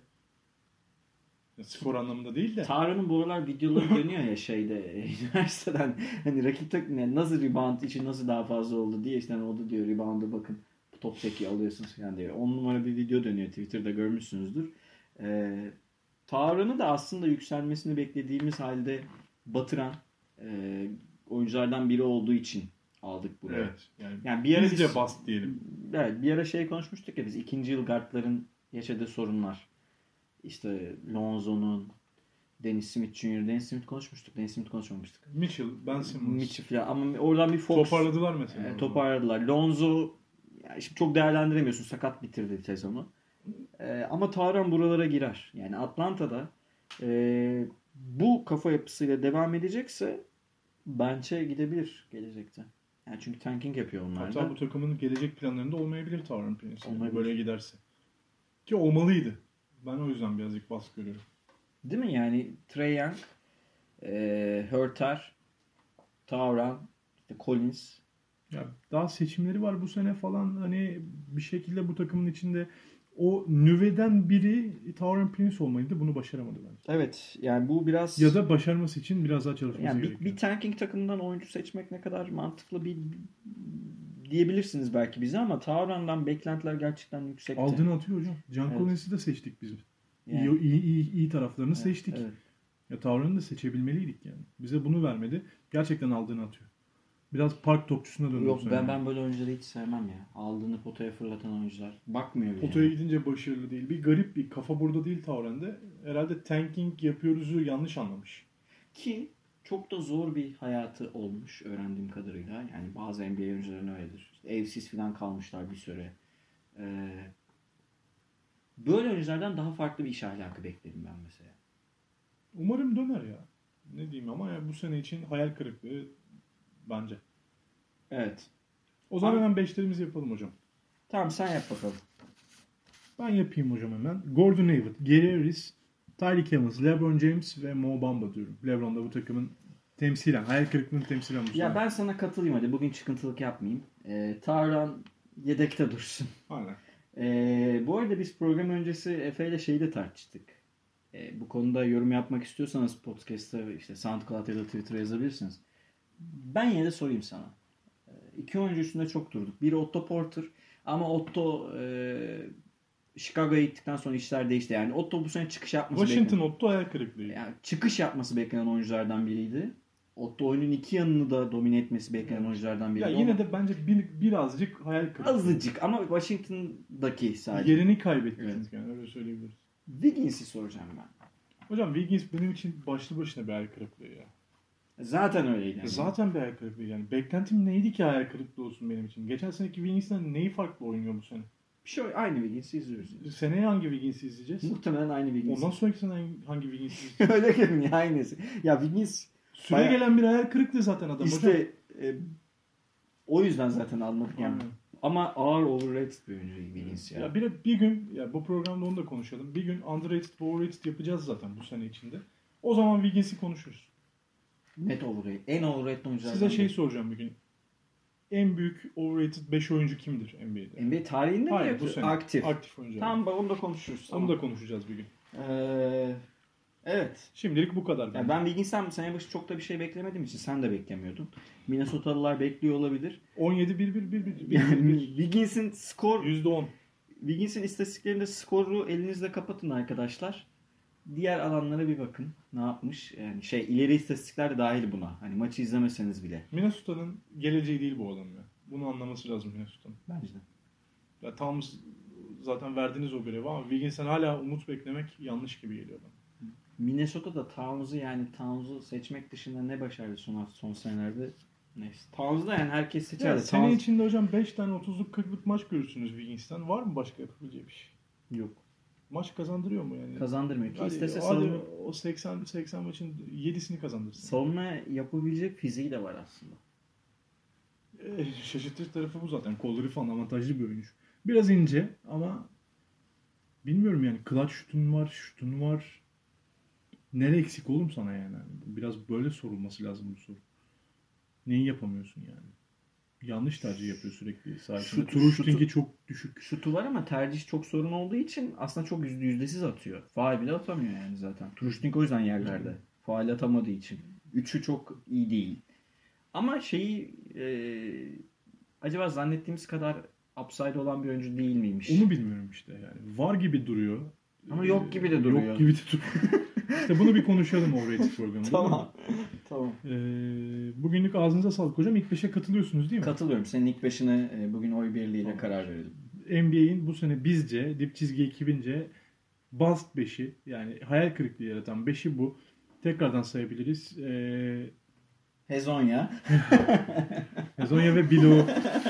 Skor anlamında değil de. Taurean'ın bu aralar videoları dönüyor ya üniversiteden hani rakip takım nasıl rebound için nasıl daha fazla oldu diye işte oldu diyor rebound'a bakın top teki alıyorsunuz falan diyor. 10 numara bir video dönüyor Twitter'da görmüşsünüzdür. Taurean'ı da aslında yükselmesini beklediğimiz halde batıran oyunculardan biri olduğu için aldık buraya. Evet. Yani bir ara bizce bast diyelim. Evet, bir ara konuşmuştuk ya biz ikinci yıl guardların yaşadığı sorunlar. İşte Lonzo'nun, Dennis Smith Jr. Dennis Smith konuşmuştuk. Dennis Smith konuşmamıştık. Mitchell, Ben Simmons. Mitchell falan. Ama oradan bir Fox. Toparladılar mesela. Toparladılar. Lonzo yani şimdi çok değerlendiremiyorsun. Sakat bitirdi sezonu. Ama Taurean buralara girer. Yani Atlanta'da bu kafa yapısıyla devam edecekse bence gidebilir gelecekte. Yani çünkü tanking yapıyor onlar da. Hatta bu takımın gelecek planlarında olmayabilir Taurean Prince. Olmayabilir. Böyle giderse. Ki olmalıydı. Ben o yüzden birazcık baskı görüyorum. Değil mi? Yani Trae Young, Hurter, Taurean, işte Collins. Ya daha seçimleri var bu sene falan. Hani bir şekilde bu takımın içinde o nüveden biri Taurean Prince olmalıydı. Bunu başaramadı bence. Evet. Yani bu biraz Ya da başarması için biraz daha çalışması yani gerekiyor. bir tanking takımından oyuncu seçmek ne kadar mantıklı diyebilirsiniz belki bize ama Taurean'dan beklentiler gerçekten yüksekti. Aldığını atıyor hocam. John Evet. Collins'i de seçtik biz. Yani. İyi taraflarını seçtik. Evet. Ya Taurean'ı da seçebilmeliydik yani. Bize bunu vermedi. Gerçekten aldığını atıyor. Biraz park topçusuna döndü. Yok ben böyle oyuncuları hiç sevmem ya. Aldığını potaya fırlatan oyuncular. Bakmıyor bile. Potaya gidince başarılı değil. Bir garip bir kafa burada değil Taurean'de. Herhalde tanking yapıyoruz'u yanlış anlamış. Ki çok da zor bir hayatı olmuş öğrendiğim kadarıyla. Yani bazı NBA oyuncuların öyledir. İşte evsiz falan kalmışlar bir süre. Böyle oyunculardan daha farklı bir iş ahlakı bekledim ben mesela. Umarım döner ya. Ne diyeyim ama ya bu sene için hayal kırıklığı bence. Evet. O zaman hemen beşlerimizi yapalım hocam. Tamam sen yap bakalım. Ben yapayım hocam hemen. Gordon Hayward, Gary Harris, Tyreek Evans, LeBron James ve Mo Bamba diyorum. LeBron da bu takımın temsilen, hayal kırıklığının temsilen bu sene. Ya ben sana katılayım hadi. Bugün çıkıntılık yapmayayım. Taurean yedekte dursun. Aynen. Bu arada biz program öncesi Efe ile şeyi de tartıştık. Bu konuda yorum yapmak istiyorsanız podcast'ta işte SoundCloud ya da Twitter'a yazabilirsiniz. Ben yine de sorayım sana. İki oyuncu üstünde çok durduk. Biri Otto Porter ama Otto Chicago'ya gittikten sonra işler değişti. Yani Otto bu sene çıkış yapması Washington Otto hayal kırıklığı. yani çıkış yapması beklenen oyunculardan biriydi. Otto oyunun iki yanını da domine etmesi beklenen oyunculardan biriydi. Ya yine de bence birazcık hayal kırıklığı. azıcık ama Washington'daki sadece. Yerini kaybettiniz Evet. yani öyle söyleyebiliriz. Wiggins'i soracağım ben. Hocam Wiggins benim için başlı başına bir hayal kırıklığı ya. Zaten öyleydi. Yani. Zaten bir hayal kırıklığı yani. Beklentim neydi ki hayal kırıklığı olsun benim için? Geçen seneki Wiggins'ten neyi farklı oynuyor bu sene? Bir şey aynı Wiggins'i izliyoruz. Seneye hangi Wiggins'i izleyeceğiz? Muhtemelen aynı Wiggins. Ondan sonraki sene hangi Wiggins'i izleyeceğiz? Öyle gelmiyor aynısı. Ya Wiggins Süre Bayağı- gelen bir hayal kırıklığı zaten adam hocam. işte o yüzden zaten almadık yani. Aynen. Ama ağır overrated bir oyuncu Wiggins ya. Ya bir gün ya bu programda onu da konuşalım. Bir gün underrated, overrated yapacağız zaten bu sene içinde. O zaman Wiggins'i konuşuruz. Net overrated. En overrated oyunculardan Size şey biri. soracağım bir gün. En büyük overrated 5 oyuncu kimdir NBA'de? NBA tarihinde mi Hayır, bu yapıyor? sene. Aktif. Aktif oyuncular. Tamam bak onu da konuşuruz. Onu da konuşacağız bir gün. Evet. Şimdilik bu kadar. Yani ben Wiggins'ten sene başı çok da bir şey beklemediğim için sen de beklemiyordun. Minnesotalılar bekliyor olabilir. 17-1-1-1-1. Yani Wiggins'in skor %10. Wiggins'in istatistiklerinde skoru elinizle kapatın arkadaşlar. Diğer alanlara bir bakın. Ne yapmış? Yani ileri istatistikler de dahil buna. Hani maçı izlemeseniz bile. Minnesota'nın geleceği değil bu adam ya. Bunu anlaması lazım Minnesota'nın. Bence de. Ya tam zaten verdiniz o görevi ama Wiggins'ten hala umut beklemek yanlış gibi geliyor bana. Minnesota'da Towns'u seçmek dışında ne başardı son senelerde? Neyse. Towns'u da yani herkes Ya, seçerdi. sene içinde hocam 5 tane 30'luk 40'lık maç görürsünüz Wiggins'ten. Var mı başka yapabileceği bir şey? Yok. Maç kazandırıyor mu yani? Kazandırmıyor ki. Hadi, İstese hadi savunma, o 80 maçın 7'sini kazandırsın. savunma yapabilecek fiziği de var aslında. Şaşırtıcı tarafı bu zaten. Kolları falan avantajlı bir oyuncu. Biraz ince ama bilmiyorum yani. Clutch şutun var. Nere eksik oğlum sana yani? Biraz böyle sorulması lazım bu soru. Neyi yapamıyorsun yani? Yanlış tercih yapıyor sürekli sahasında. Truşting'i çok düşük. Şutu var ama tercih çok sorun olduğu için aslında çok yüzdesiz atıyor. Faal bile atamıyor yani zaten. Truşting o yüzden yerlerde. Faal atamadığı için. Üçü çok iyi değil. Ama acaba zannettiğimiz kadar upside olan bir oyuncu değil miymiş? Onu bilmiyorum işte yani. Var gibi duruyor. Ama yok gibi de duruyor. Yok gibi de duruyor. İşte bunu bir konuşalım o rating programında. Tamam. Bugünlük ağzınıza sağlık hocam. İlk 5'e katılıyorsunuz değil mi? Katılıyorum. Senin ilk 5'ine bugün oy birliğiyle Tamam. karar verelim. NBA'in bu sene bizce, dip çizgi ekibince bust 5'i yani hayal kırıklığı yaratan 5'i bu. Tekrardan sayabiliriz. Hezonya. Hezonya ve Bilo.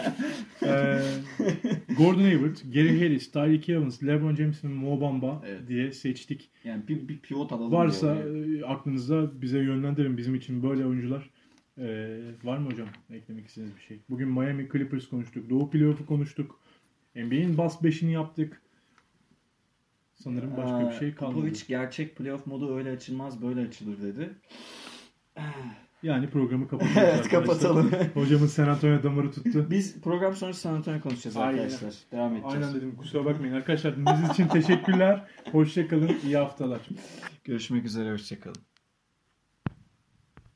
Gordon Hayward, Gary Harris, Tyreek Evans, LeBron James ve Mo Bamba diye seçtik. Yani bir pivot alalım. Varsa aklınızda bize yönlendirin. Bizim için böyle oyuncular var mı hocam? Eklemek istediğiniz bir şey. Bugün Miami Clippers konuştuk. Doğu Playoff'u konuştuk. NBA'in bust 5'ini yaptık. Sanırım başka bir şey kalmadı. Popovic gerçek playoff modu öyle açılmaz böyle açılır dedi. Yani programı kapatıyoruz Evet kapatalım. Hocamın San Antonio damarı tuttu. Biz program sonrası San Antonio konuşacağız Aynen. arkadaşlar. Devam edeceğiz. Aynen dedim. Kusura bakmayın arkadaşlar. Dinlediğiniz için teşekkürler. Hoşça kalın. İyi haftalar. Görüşmek üzere. Hoşçakalın.